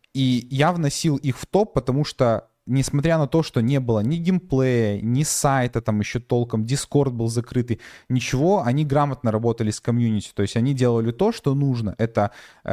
и я вносил их в топ, потому что несмотря на то, что не было ни геймплея, ни сайта там еще толком, Discord был закрытый, ничего, они грамотно работали с комьюнити, то есть они делали то, что нужно, это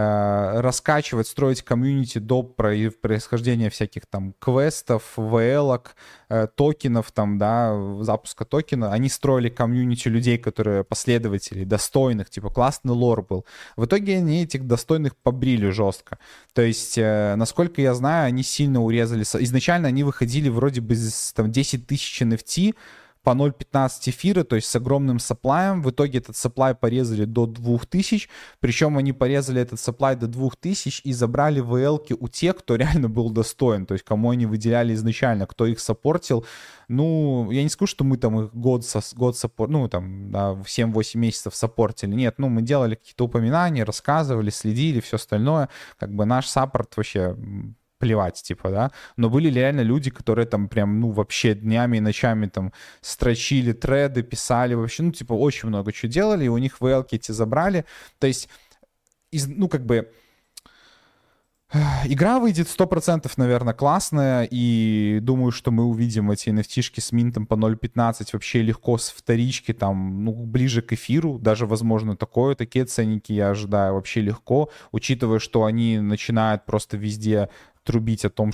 э, раскачивать, строить комьюнити до происхождения всяких там квестов, ви эл-ок, э, токенов там, да, запуска токена, они строили комьюнити людей, которые последователи, достойных, типа классный лор был. В итоге они этих достойных побрили жестко, то есть, э, насколько я знаю, они сильно урезали, изначально они выходили вроде бы там десять тысяч эн эф ти по ноль целых пятнадцать эфира, то есть с огромным сапплаем. В итоге этот сапплай порезали до двух тысяч, причем они порезали этот сапплай до двух тысяч и забрали ви эл-ки у тех, кто реально был достоин, то есть кому они выделяли изначально, кто их саппортил. Ну, я не скажу, что мы там их год, со, год саппорт, ну, там, да, семь-восемь месяцев саппортили. Нет, ну, мы делали какие-то упоминания, рассказывали, следили, все остальное. Как бы наш саппорт вообще плевать, типа, да, но были реально люди, которые там прям, ну, вообще днями и ночами там строчили треды, писали вообще, ну, типа, очень много чего делали, и у них ви эл-ки эти забрали, то есть, из, ну, как бы, игра выйдет сто процентов, наверное, классная, и думаю, что мы увидим эти эн эф ти-шки с минтом по ноль целых пятнадцать вообще легко с вторички, там, ну, ближе к эфиру, даже, возможно, такое, такие ценники я ожидаю вообще легко, учитывая, что они начинают просто везде трубить о том,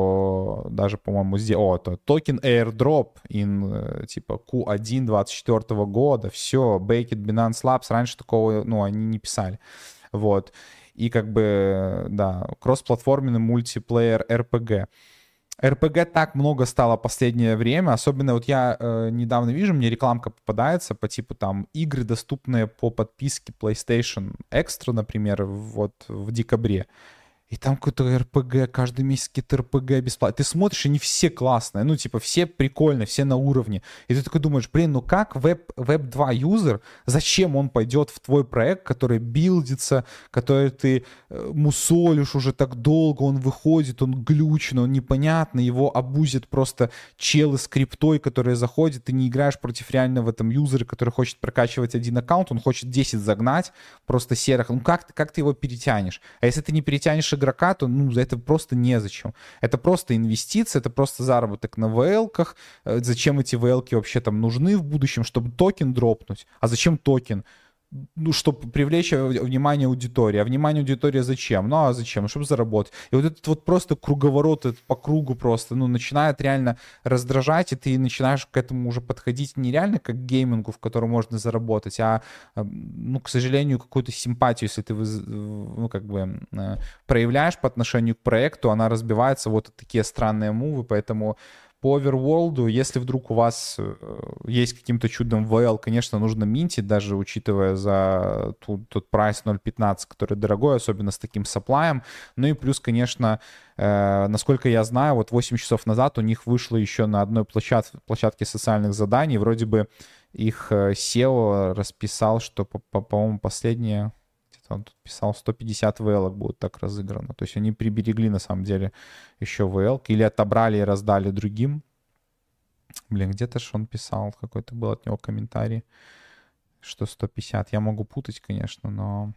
что даже, по-моему, здесь... О, это токен airdrop in, типа, кью один двадцать четвёртого года. Все, Bake It, Binance Labs. Раньше такого, ну, они не писали. Вот. И как бы, да, кроссплатформенный мультиплеер эр пи джи. эр пи джи так много стало последнее время, особенно вот я э, недавно вижу, мне рекламка попадается по типу там игры, доступные по подписке PlayStation Extra, например, вот в декабре. И там какой-то эр пи джи, каждый месяц какие-то эр пи джи бесплатно. Ты смотришь, они все классные, ну, типа, все прикольные, все на уровне. И ты такой думаешь, блин, ну как веб, веб два юзер, зачем он пойдет в твой проект, который билдится, который ты э, мусолишь уже так долго, он выходит, он глючный, он непонятный, его абузит просто челы с криптой, которые заходят, ты не играешь против реального там юзера, который хочет прокачивать один аккаунт, он хочет десять загнать, просто серых. Ну как, как ты его перетянешь? А если ты не перетянешь игрока, то ну, это просто незачем. Это просто инвестиция, это просто заработок на ви эл-ках. Зачем эти ви эл-ки вообще там нужны в будущем, чтобы токен дропнуть? А зачем токен? Ну, чтобы привлечь внимание аудитории. А внимание аудитории зачем? Ну, а зачем? Чтобы заработать. И вот этот вот просто круговорот этот по кругу просто, ну, начинает реально раздражать, и ты начинаешь к этому уже подходить не реально как к геймингу, в котором можно заработать, а, ну, к сожалению, какую-то симпатию, если ты, ну, как бы проявляешь по отношению к проекту, она разбивается вот такие странные мувы, поэтому по Overworld, если вдруг у вас есть каким-то чудом ви эл, конечно, нужно минтить, даже учитывая за тот, тот прайс ноль целых пятнадцать, который дорогой, особенно с таким сапплаем. Ну и плюс, конечно, э, насколько я знаю, вот восемь часов назад у них вышло еще на одной площад, площадке социальных заданий, вроде бы их си и о расписал, что, по-моему, последнее... просто. Он тут писал, сто пятьдесят ви эл будет так разыграно. То есть они приберегли, на самом деле, еще ви эл или отобрали и раздали другим. Блин, где-то ж он писал, какой-то был от него комментарий, что сто пятьдесят. Я могу путать, конечно, но...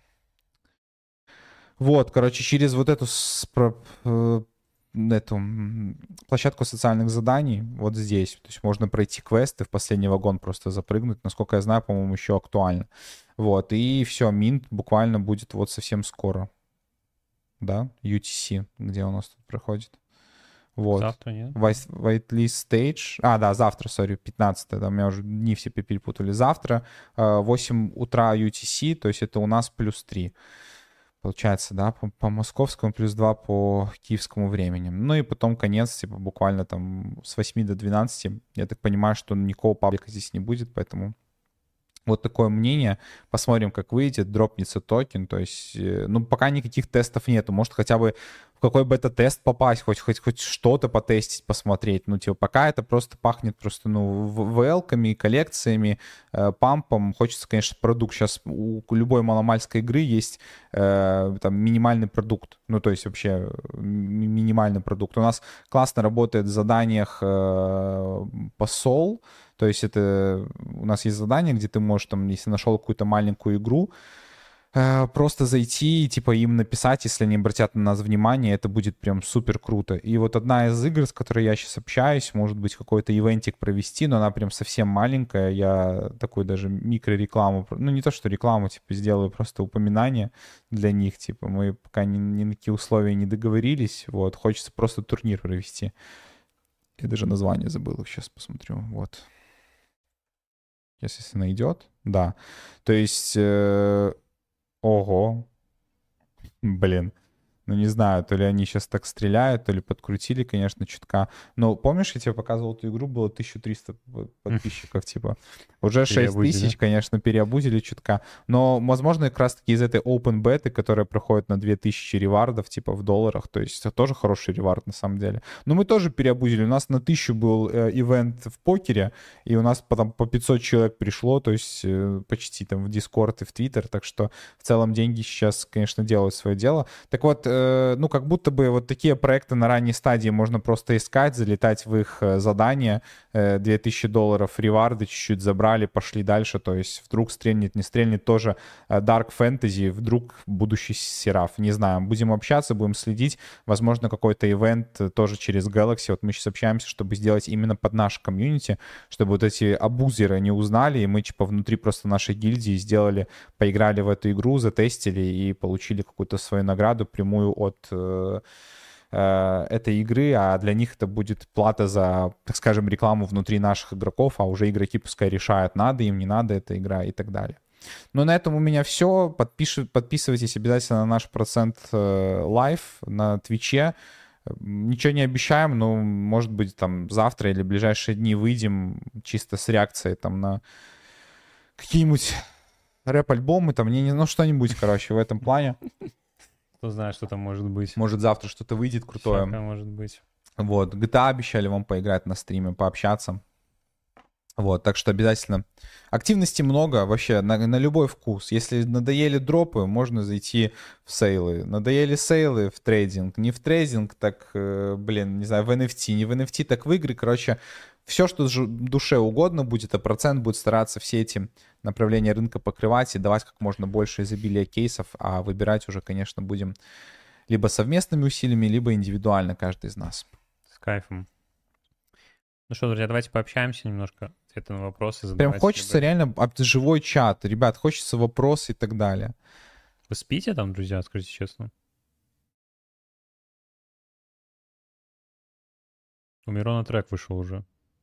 Вот, короче, через вот эту, спро... эту площадку социальных заданий, вот здесь, то есть можно пройти квесты, в последний вагон просто запрыгнуть, насколько я знаю, по-моему, еще актуально. Вот, и все, Минт буквально будет вот совсем скоро. Да, ю ти си, где у нас тут проходит. Вот. Завтра, нет? Whitelist Stage. А, да, завтра, сори, пятнадцатое. Да, у меня уже дни все перепутали. Завтра восемь утра ю ти си, то есть это у нас плюс три. Получается, да, по, по московскому, плюс два по киевскому времени. Ну и потом конец, типа, буквально там с восьми до двенадцати. Я так понимаю, что никакого паблика здесь не будет, поэтому вот такое мнение. Посмотрим, как выйдет, дропнется токен. То есть, ну, пока никаких тестов нету. Может, хотя бы в какой бета-тест попасть, хоть, хоть, хоть что-то потестить, посмотреть. Ну, типа, пока это просто пахнет просто, ну, ви эл-ками, коллекциями, э, пампом. Хочется, конечно, продукт. Сейчас у любой маломальской игры есть э, там минимальный продукт. Ну, то есть вообще ми- минимальный продукт. У нас классно работает в заданиях э, посол. То есть это у нас есть задание, где ты можешь, там, если нашел какую-то маленькую игру, э, просто зайти и типа им написать, если они обратят на нас внимание, это будет прям супер круто. И вот одна из игр, с которой я сейчас общаюсь, может быть, какой-то ивентик провести, но она прям совсем маленькая. Я такой даже микрорекламу, ну не то, что рекламу, типа сделаю, просто упоминание для них. Типа мы пока ни, ни на какие условия не договорились, вот, хочется просто турнир провести. Я даже название забыл, сейчас посмотрю, вот. Если найдет, да. То есть, э, ого, блин. Ну, не знаю, то ли они сейчас так стреляют, то ли подкрутили, конечно, чутка. Но помнишь, я тебе показывал эту игру, было тысяча триста подписчиков, типа. Уже шесть тысяч, конечно, переобузили чутка. Но, возможно, как раз-таки из этой open беты, которая проходит на две тысячи ревардов, типа, в долларах, то есть это тоже хороший ревард, на самом деле. Но мы тоже переобузили. У нас на тысячу был э, ивент в покере, и у нас потом по пятьсот человек пришло, то есть э, почти там в Discord и в Twitter, так что в целом деньги сейчас, конечно, делают свое дело. Так вот, э, ну, как будто бы вот такие проекты на ранней стадии можно просто искать, залетать в их задания, две тысячи долларов реварды чуть-чуть забрали, пошли дальше, то есть вдруг стрельнет, не стрельнет, тоже Dark Fantasy, вдруг будущий Сераф, не знаю, будем общаться, будем следить, возможно, какой-то ивент тоже через Galaxy, вот мы сейчас общаемся, чтобы сделать именно под наш комьюнити, чтобы вот эти абузеры не узнали, и мы типа внутри просто нашей гильдии сделали, поиграли в эту игру, затестили и получили какую-то свою награду прямую от э, э, этой игры, а для них это будет плата за, так скажем, рекламу внутри наших игроков, а уже игроки пускай решают, надо им, не надо эта игра и так далее. Но на этом у меня все. Подпиш... Подписывайтесь обязательно на наш процент лайв на Твиче. Ничего не обещаем, но, может быть, там завтра или в ближайшие дни выйдем чисто с реакцией там на какие-нибудь рэп-альбомы, там, не, не, ну, что-нибудь, короче, в этом плане. Кто знает, что там может быть. Может, завтра что-то выйдет крутое. Всякое может быть. Вот, джи ти эй обещали вам поиграть на стриме, пообщаться. Вот, так что обязательно. Активности много вообще, на, на любой вкус. Если надоели дропы, можно зайти в сейлы. Надоели сейлы в трейдинг. Не в трейдинг, так, э, блин, не знаю, в эн эф ти. Не в эн эф ти, так в игры. Короче, все, что душе угодно будет, а процент будет стараться все эти направления рынка покрывать и давать как можно больше изобилия кейсов, а выбирать уже, конечно, будем либо совместными усилиями, либо индивидуально каждый из нас. С кайфом. Ну что, друзья, давайте пообщаемся немножко, ответы на вопросы. Прям хочется себе. Реально живой чат. Ребят, хочется вопросы и так далее. Вы спите там, друзья, скажите честно? У Мирона трек вышел уже.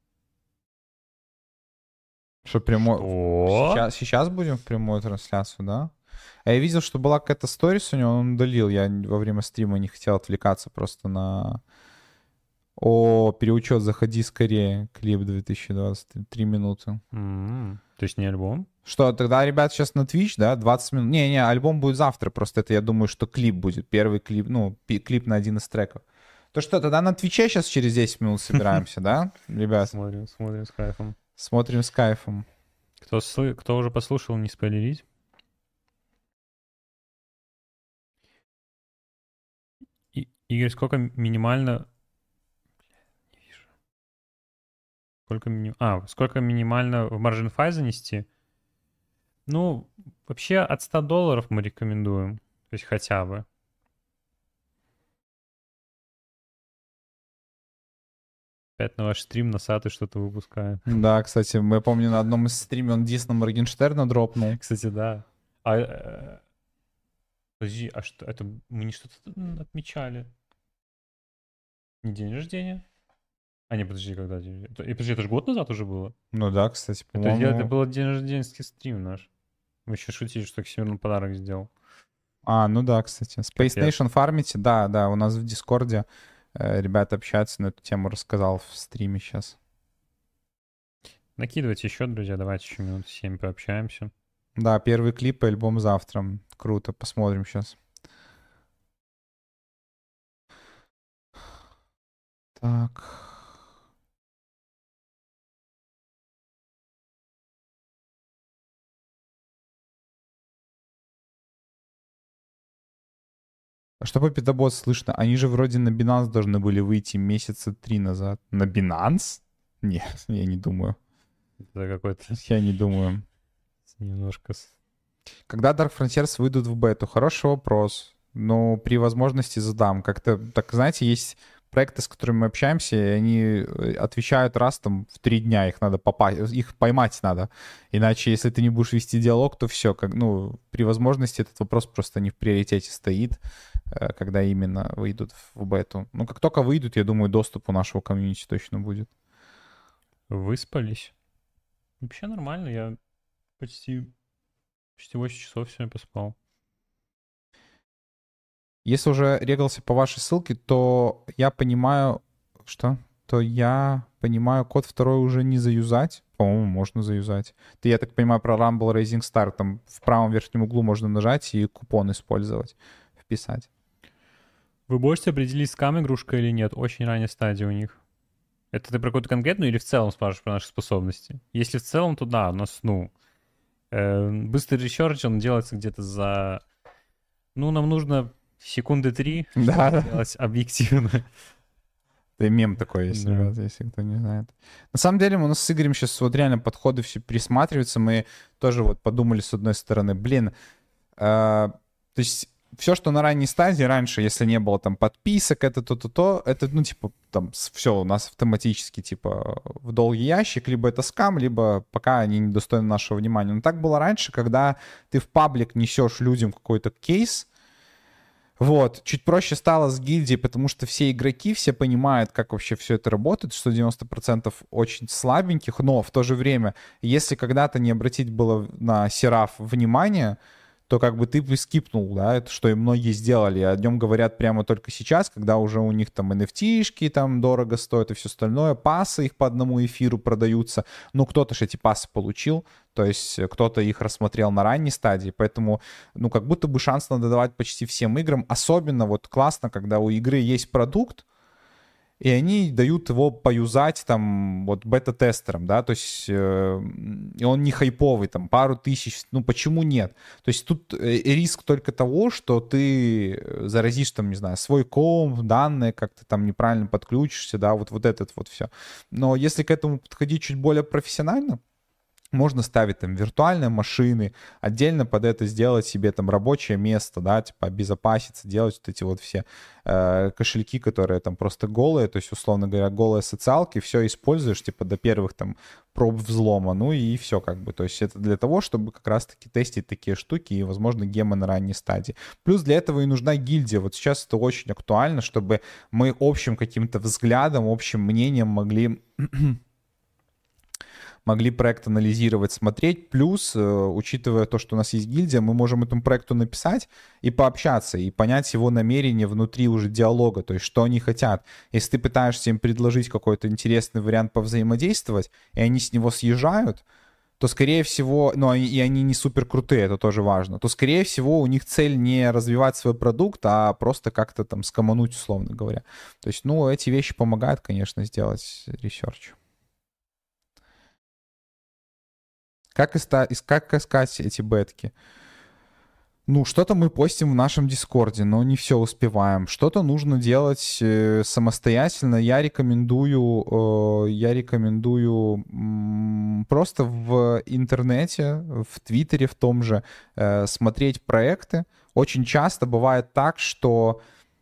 Что, прямой... Что? Сейчас, сейчас будем в прямую трансляцию, да? А я видел, что была какая-то сторис у него, он удалил. Я во время стрима не хотел отвлекаться просто на... О, переучет, заходи скорее. Клип две тысячи двадцать, три минуты. Mm-hmm. То есть не альбом? Что, тогда, ребят, сейчас на Twitch, да, двадцать минут. Не-не, альбом будет завтра, просто это, я думаю, что клип будет. Первый клип, ну, клип на один из треков. То что, тогда на Твиче сейчас через десять минут собираемся, да, ребят? Смотрим, смотрим с кайфом. Смотрим с кайфом. Кто, кто уже послушал, не спойлерить? Игорь, сколько минимально... Не вижу. Сколько, мини... а, сколько минимально в Margin.fi занести? Ну, вообще от ста долларов мы рекомендуем. То есть хотя бы. Опять на ваш стрим носатый что-то выпускает. Да, кстати, я помню, на одном из стримов он дис на Моргенштерна дропнул. Кстати, да. А, э, подожди, а что? Это мы не что-то отмечали? Не день рождения? А, не, подожди, когда день рождения? Это, и, подожди, это же год назад уже было? Ну да, кстати, Это, по-моему... это был день рожденский стрим наш. Мы еще шутили, что Ксюрин подарок сделал. А, ну да, кстати. Space Капец. Nation фармите, да, да, у нас в Дискорде э, ребята общаются на эту тему, рассказал в стриме сейчас. Накидывайте еще, друзья, давайте еще минут семь пообщаемся. Да, первый клип и альбом завтра. Круто, посмотрим сейчас. Так. А что по Питобот слышно? Они же вроде на Binance должны были выйти месяца три назад. На Binance? Нет, я не думаю. Это какой-то Я не думаю. немножко... Когда Dark Frontiers выйдут в бету? Хороший вопрос. Но при возможности задам. Как-то, так знаете, есть проекты, с которыми мы общаемся, и они отвечают раз там в три дня. Их надо попасть, их поймать надо. Иначе, если ты не будешь вести диалог, то все. Как, ну, при возможности этот вопрос просто не в приоритете стоит, когда именно выйдут в бету. Ну, как только выйдут, я думаю, доступ у нашего комьюнити точно будет. Выспались? Вообще нормально, я почти... Почти восемь часов сегодня поспал. Если уже регался по вашей ссылке, то я понимаю, что? То я понимаю, код второй уже не заюзать. По-моему, можно заюзать. Ты, я так понимаю, про Rumble Rising Star. Там в правом верхнем углу можно нажать и купон использовать, вписать. Вы можете определить, скам игрушка или нет? Очень ранняя стадия у них. Это ты про какую-то конкретную или в целом спрашиваешь про наши способности? Если в целом, то да, у нас, ну... Э, быстрый ресерч, он делается где-то за... Ну, нам нужно секунды три, Да, чтобы делать объективно. Это мем такой есть, Да. ребята, если кто не знает. На самом деле у нас с Игорем сейчас вот реально подходы все пересматриваются. Мы тоже вот подумали с одной стороны, блин, э, то есть все, что на ранней стадии раньше, если не было там подписок, это то-то-то, это, ну, типа, там, все у нас автоматически, типа, в долгий ящик, либо это скам, либо пока они недостойны нашего внимания. Но так было раньше, когда ты в паблик несешь людям какой-то кейс, вот, чуть проще стало с гильдией, потому что все игроки, все понимают, как вообще все это работает, что девяносто процентов очень слабеньких, но в то же время, если когда-то не обратить было на Сераф внимание, то как бы ты бы скипнул, да, это что и многие сделали. О нем говорят прямо только сейчас, когда уже у них там эн эф ти-шки там дорого стоят и все остальное, пасы их по одному эфиру продаются. Ну, кто-то же эти пасы получил, то есть кто-то их рассмотрел на ранней стадии, поэтому, ну, как будто бы шанс надо давать почти всем играм. Особенно вот классно, когда у игры есть продукт, и они дают его поюзать там вот бета-тестерам, да, то есть э, и он не хайповый, там пару тысяч, ну почему нет? То есть тут риск только того, что ты заразишь там, не знаю, свой комп, данные, как ты там неправильно подключишься, да, вот, вот этот вот все. Но если к этому подходить чуть более профессионально, можно ставить там виртуальные машины, отдельно под это сделать себе там рабочее место, да, типа обезопаситься, делать вот эти вот все э, кошельки, которые там просто голые, то есть, условно говоря, голые социалки, все используешь, типа, до первых там проб взлома, ну и все как бы. То есть это для того, чтобы как раз-таки тестить такие штуки и, возможно, гемы на ранней стадии. Плюс для этого и нужна гильдия. Вот сейчас это очень актуально, чтобы мы общим каким-то взглядом, общим мнением могли... могли проект анализировать, смотреть. Плюс, учитывая то, что у нас есть гильдия, мы можем этому проекту написать и пообщаться, и понять его намерение внутри уже диалога, то есть что они хотят. Если ты пытаешься им предложить какой-то интересный вариант повзаимодействовать, и они с него съезжают, то, скорее всего, ну, и они не супер крутые, это тоже важно, то, скорее всего, у них цель не развивать свой продукт, а просто как-то там скомануть, условно говоря. То есть, ну, эти вещи помогают, конечно, сделать ресерч. Как, иста- как искать эти бетки? Ну, что-то мы постим в нашем Дискорде, но не все успеваем. Что-то нужно делать э, самостоятельно. Я рекомендую, э, я рекомендую м, просто в интернете, в Твиттере в том же, э, смотреть проекты. Очень часто бывает так, что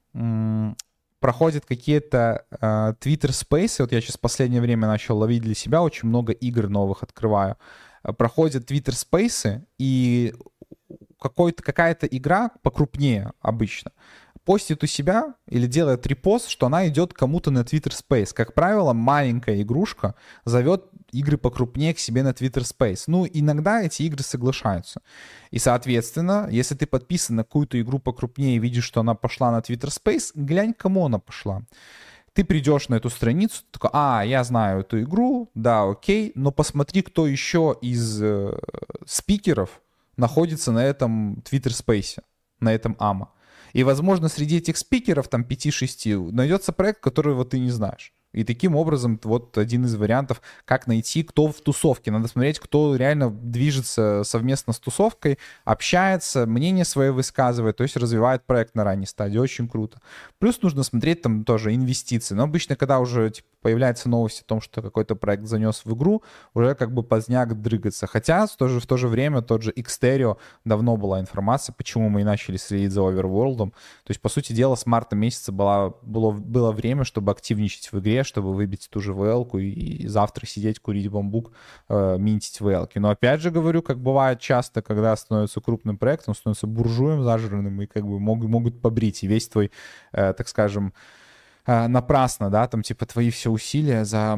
м, проходят какие-то э, Twitter-спейсы. Вот я сейчас в последнее время начал ловить для себя, очень много игр новых открываю. Э, Проходят Twitter-спейсы, и какой-то, какая-то игра покрупнее обычно постит у себя или делает репост, что она идет кому-то на Twitter Space. Как правило, маленькая игрушка зовет игры покрупнее к себе на Twitter Space. Ну, иногда эти игры соглашаются. И, соответственно, если ты подписан на какую-то игру покрупнее и видишь, что она пошла на Twitter Space, глянь, к кому она пошла. Ты придешь на эту страницу, ты такой, а, я знаю эту игру, да, окей, но посмотри, кто еще из э, спикеров находится на этом Twitter Space, на этом АМА. И, возможно, среди этих спикеров, там, пяти-шести, найдется проект, которого ты не знаешь. И таким образом, вот один из вариантов, как найти, кто в тусовке. Надо смотреть, кто реально движется совместно с тусовкой, общается, мнение свое высказывает, то есть развивает проект на ранней стадии. Очень круто. Плюс нужно смотреть там тоже инвестиции. Но обычно, когда уже типа, появляется новость о том, что какой-то проект занес в игру, уже как бы поздняк дрыгаться. Хотя в то же, в то же время тот же Xtereo давно была информация, почему мы и начали следить за Overworld. То есть, по сути дела, с марта месяца было, было, было время, чтобы активничать в игре, чтобы выбить ту же ви эл-ку и, и завтра сидеть, курить бамбук, э, минтить ви эл-ки. Но опять же говорю, как бывает часто, когда становится крупным проектом, становится буржуем зажранным и как бы могут, могут побрить. И весь твой, э, так скажем, э, напрасно, да, там типа твои все усилия за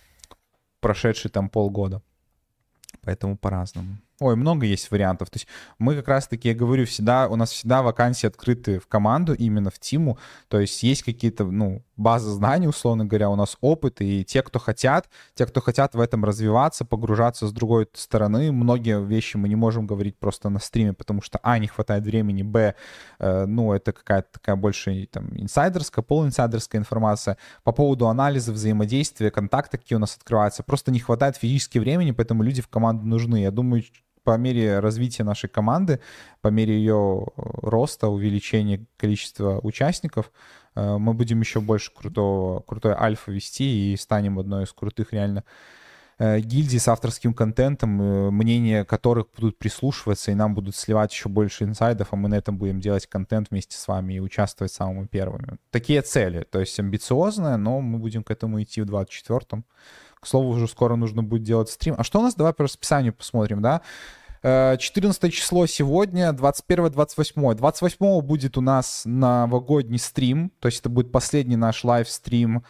прошедшие там полгода. Поэтому по-разному. Ой, много есть вариантов. То есть мы как раз-таки, я говорю, всегда, у нас всегда вакансии открыты в команду, именно в тиму. То есть есть какие-то, ну, базы знаний, условно говоря, у нас опыт, и те, кто хотят, те, кто хотят в этом развиваться, погружаться с другой стороны, многие вещи мы не можем говорить просто на стриме, потому что, а, не хватает времени, б, э, ну, это какая-то такая больше там инсайдерская, полуинсайдерская информация. По поводу анализа, взаимодействия, контакта, какие у нас открываются, просто не хватает физически времени, поэтому люди в команду нужны. Я думаю, по мере развития нашей команды, по мере ее роста, увеличения количества участников, мы будем еще больше крутого, крутой альфа вести и станем одной из крутых реально гильдий с авторским контентом, мнения которых будут прислушиваться, и нам будут сливать еще больше инсайдов, а мы на этом будем делать контент вместе с вами и участвовать самыми первыми. Такие цели, то есть амбициозные, но мы будем к этому идти в двадцать четвёртом. К слову, уже скоро нужно будет делать стрим. А что у нас? Давай по расписанию посмотрим, да? четырнадцатое число сегодня, двадцать первое двадцать восьмое. двадцать восьмого будет у нас новогодний стрим, то есть это будет последний наш лайвстрим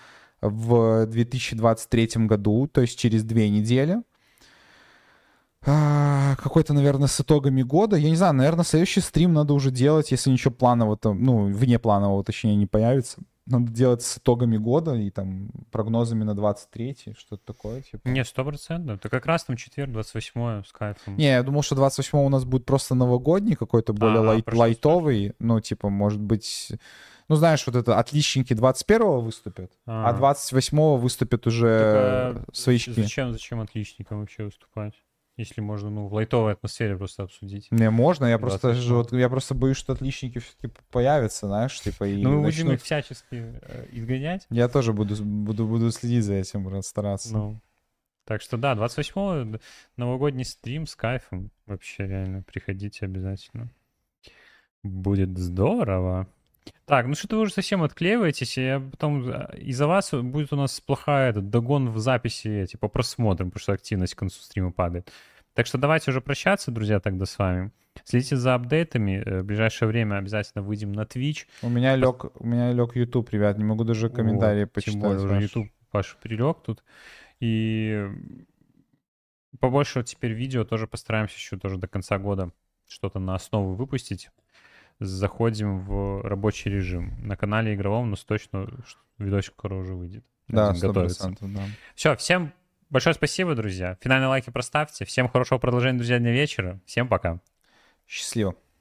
в две тысячи двадцать третьем году, то есть через две недели. Какой-то, наверное, с итогами года. Я не знаю, наверное, следующий стрим надо уже делать, если ничего планового, ну, вне планового, точнее, не появится. Надо делать с итогами года и там прогнозами на двадцать третий, что-то такое. Типа. Не, сто процентов. Это как раз там четверг, двадцать восьмое с кайфом. Не, я думал, что двадцать восьмого у нас будет просто новогодний, какой-то более а, лайт, лайтовый. Прошу. Ну, типа, может быть... Ну, знаешь, вот это отличники двадцать первого выступят, а, а двадцать восьмого выступят уже так, а своячки. Зачем, зачем отличникам вообще выступать? Если можно, ну, в лайтовой атмосфере просто обсудить. Не, можно, я просто, вот, я просто боюсь, что отличники все-таки появятся, знаешь, типа и ну, мы начнут... будем их всячески э, изгонять. Я тоже буду, буду, буду следить за этим, брат, стараться. Ну, так что да, двадцать восьмого новогодний стрим с кайфом. Вообще, реально, приходите обязательно. Будет здорово. Так, ну что-то вы уже совсем отклеиваетесь, и я потом из-за вас будет у нас плохая этот догон в записи, типа просмотром, потому что активность к концу стрима падает. Так что давайте уже прощаться, друзья, тогда с вами. Следите за апдейтами. В ближайшее время обязательно выйдем на Twitch. У меня лег, у меня лег YouTube, ребят, не могу даже комментарии вот, почитать. Тем более уже YouTube, Паша, прилег тут. И побольше вот теперь видео тоже постараемся еще тоже до конца года что-то на основу выпустить. Заходим в рабочий режим. На канале игровом, но точно видосик скоро уже выйдет. Да, сто процентов, да. Все, всем большое спасибо, друзья. Финальные лайки проставьте. Всем хорошего продолжения, друзья, дня вечера. Всем пока. Счастливо.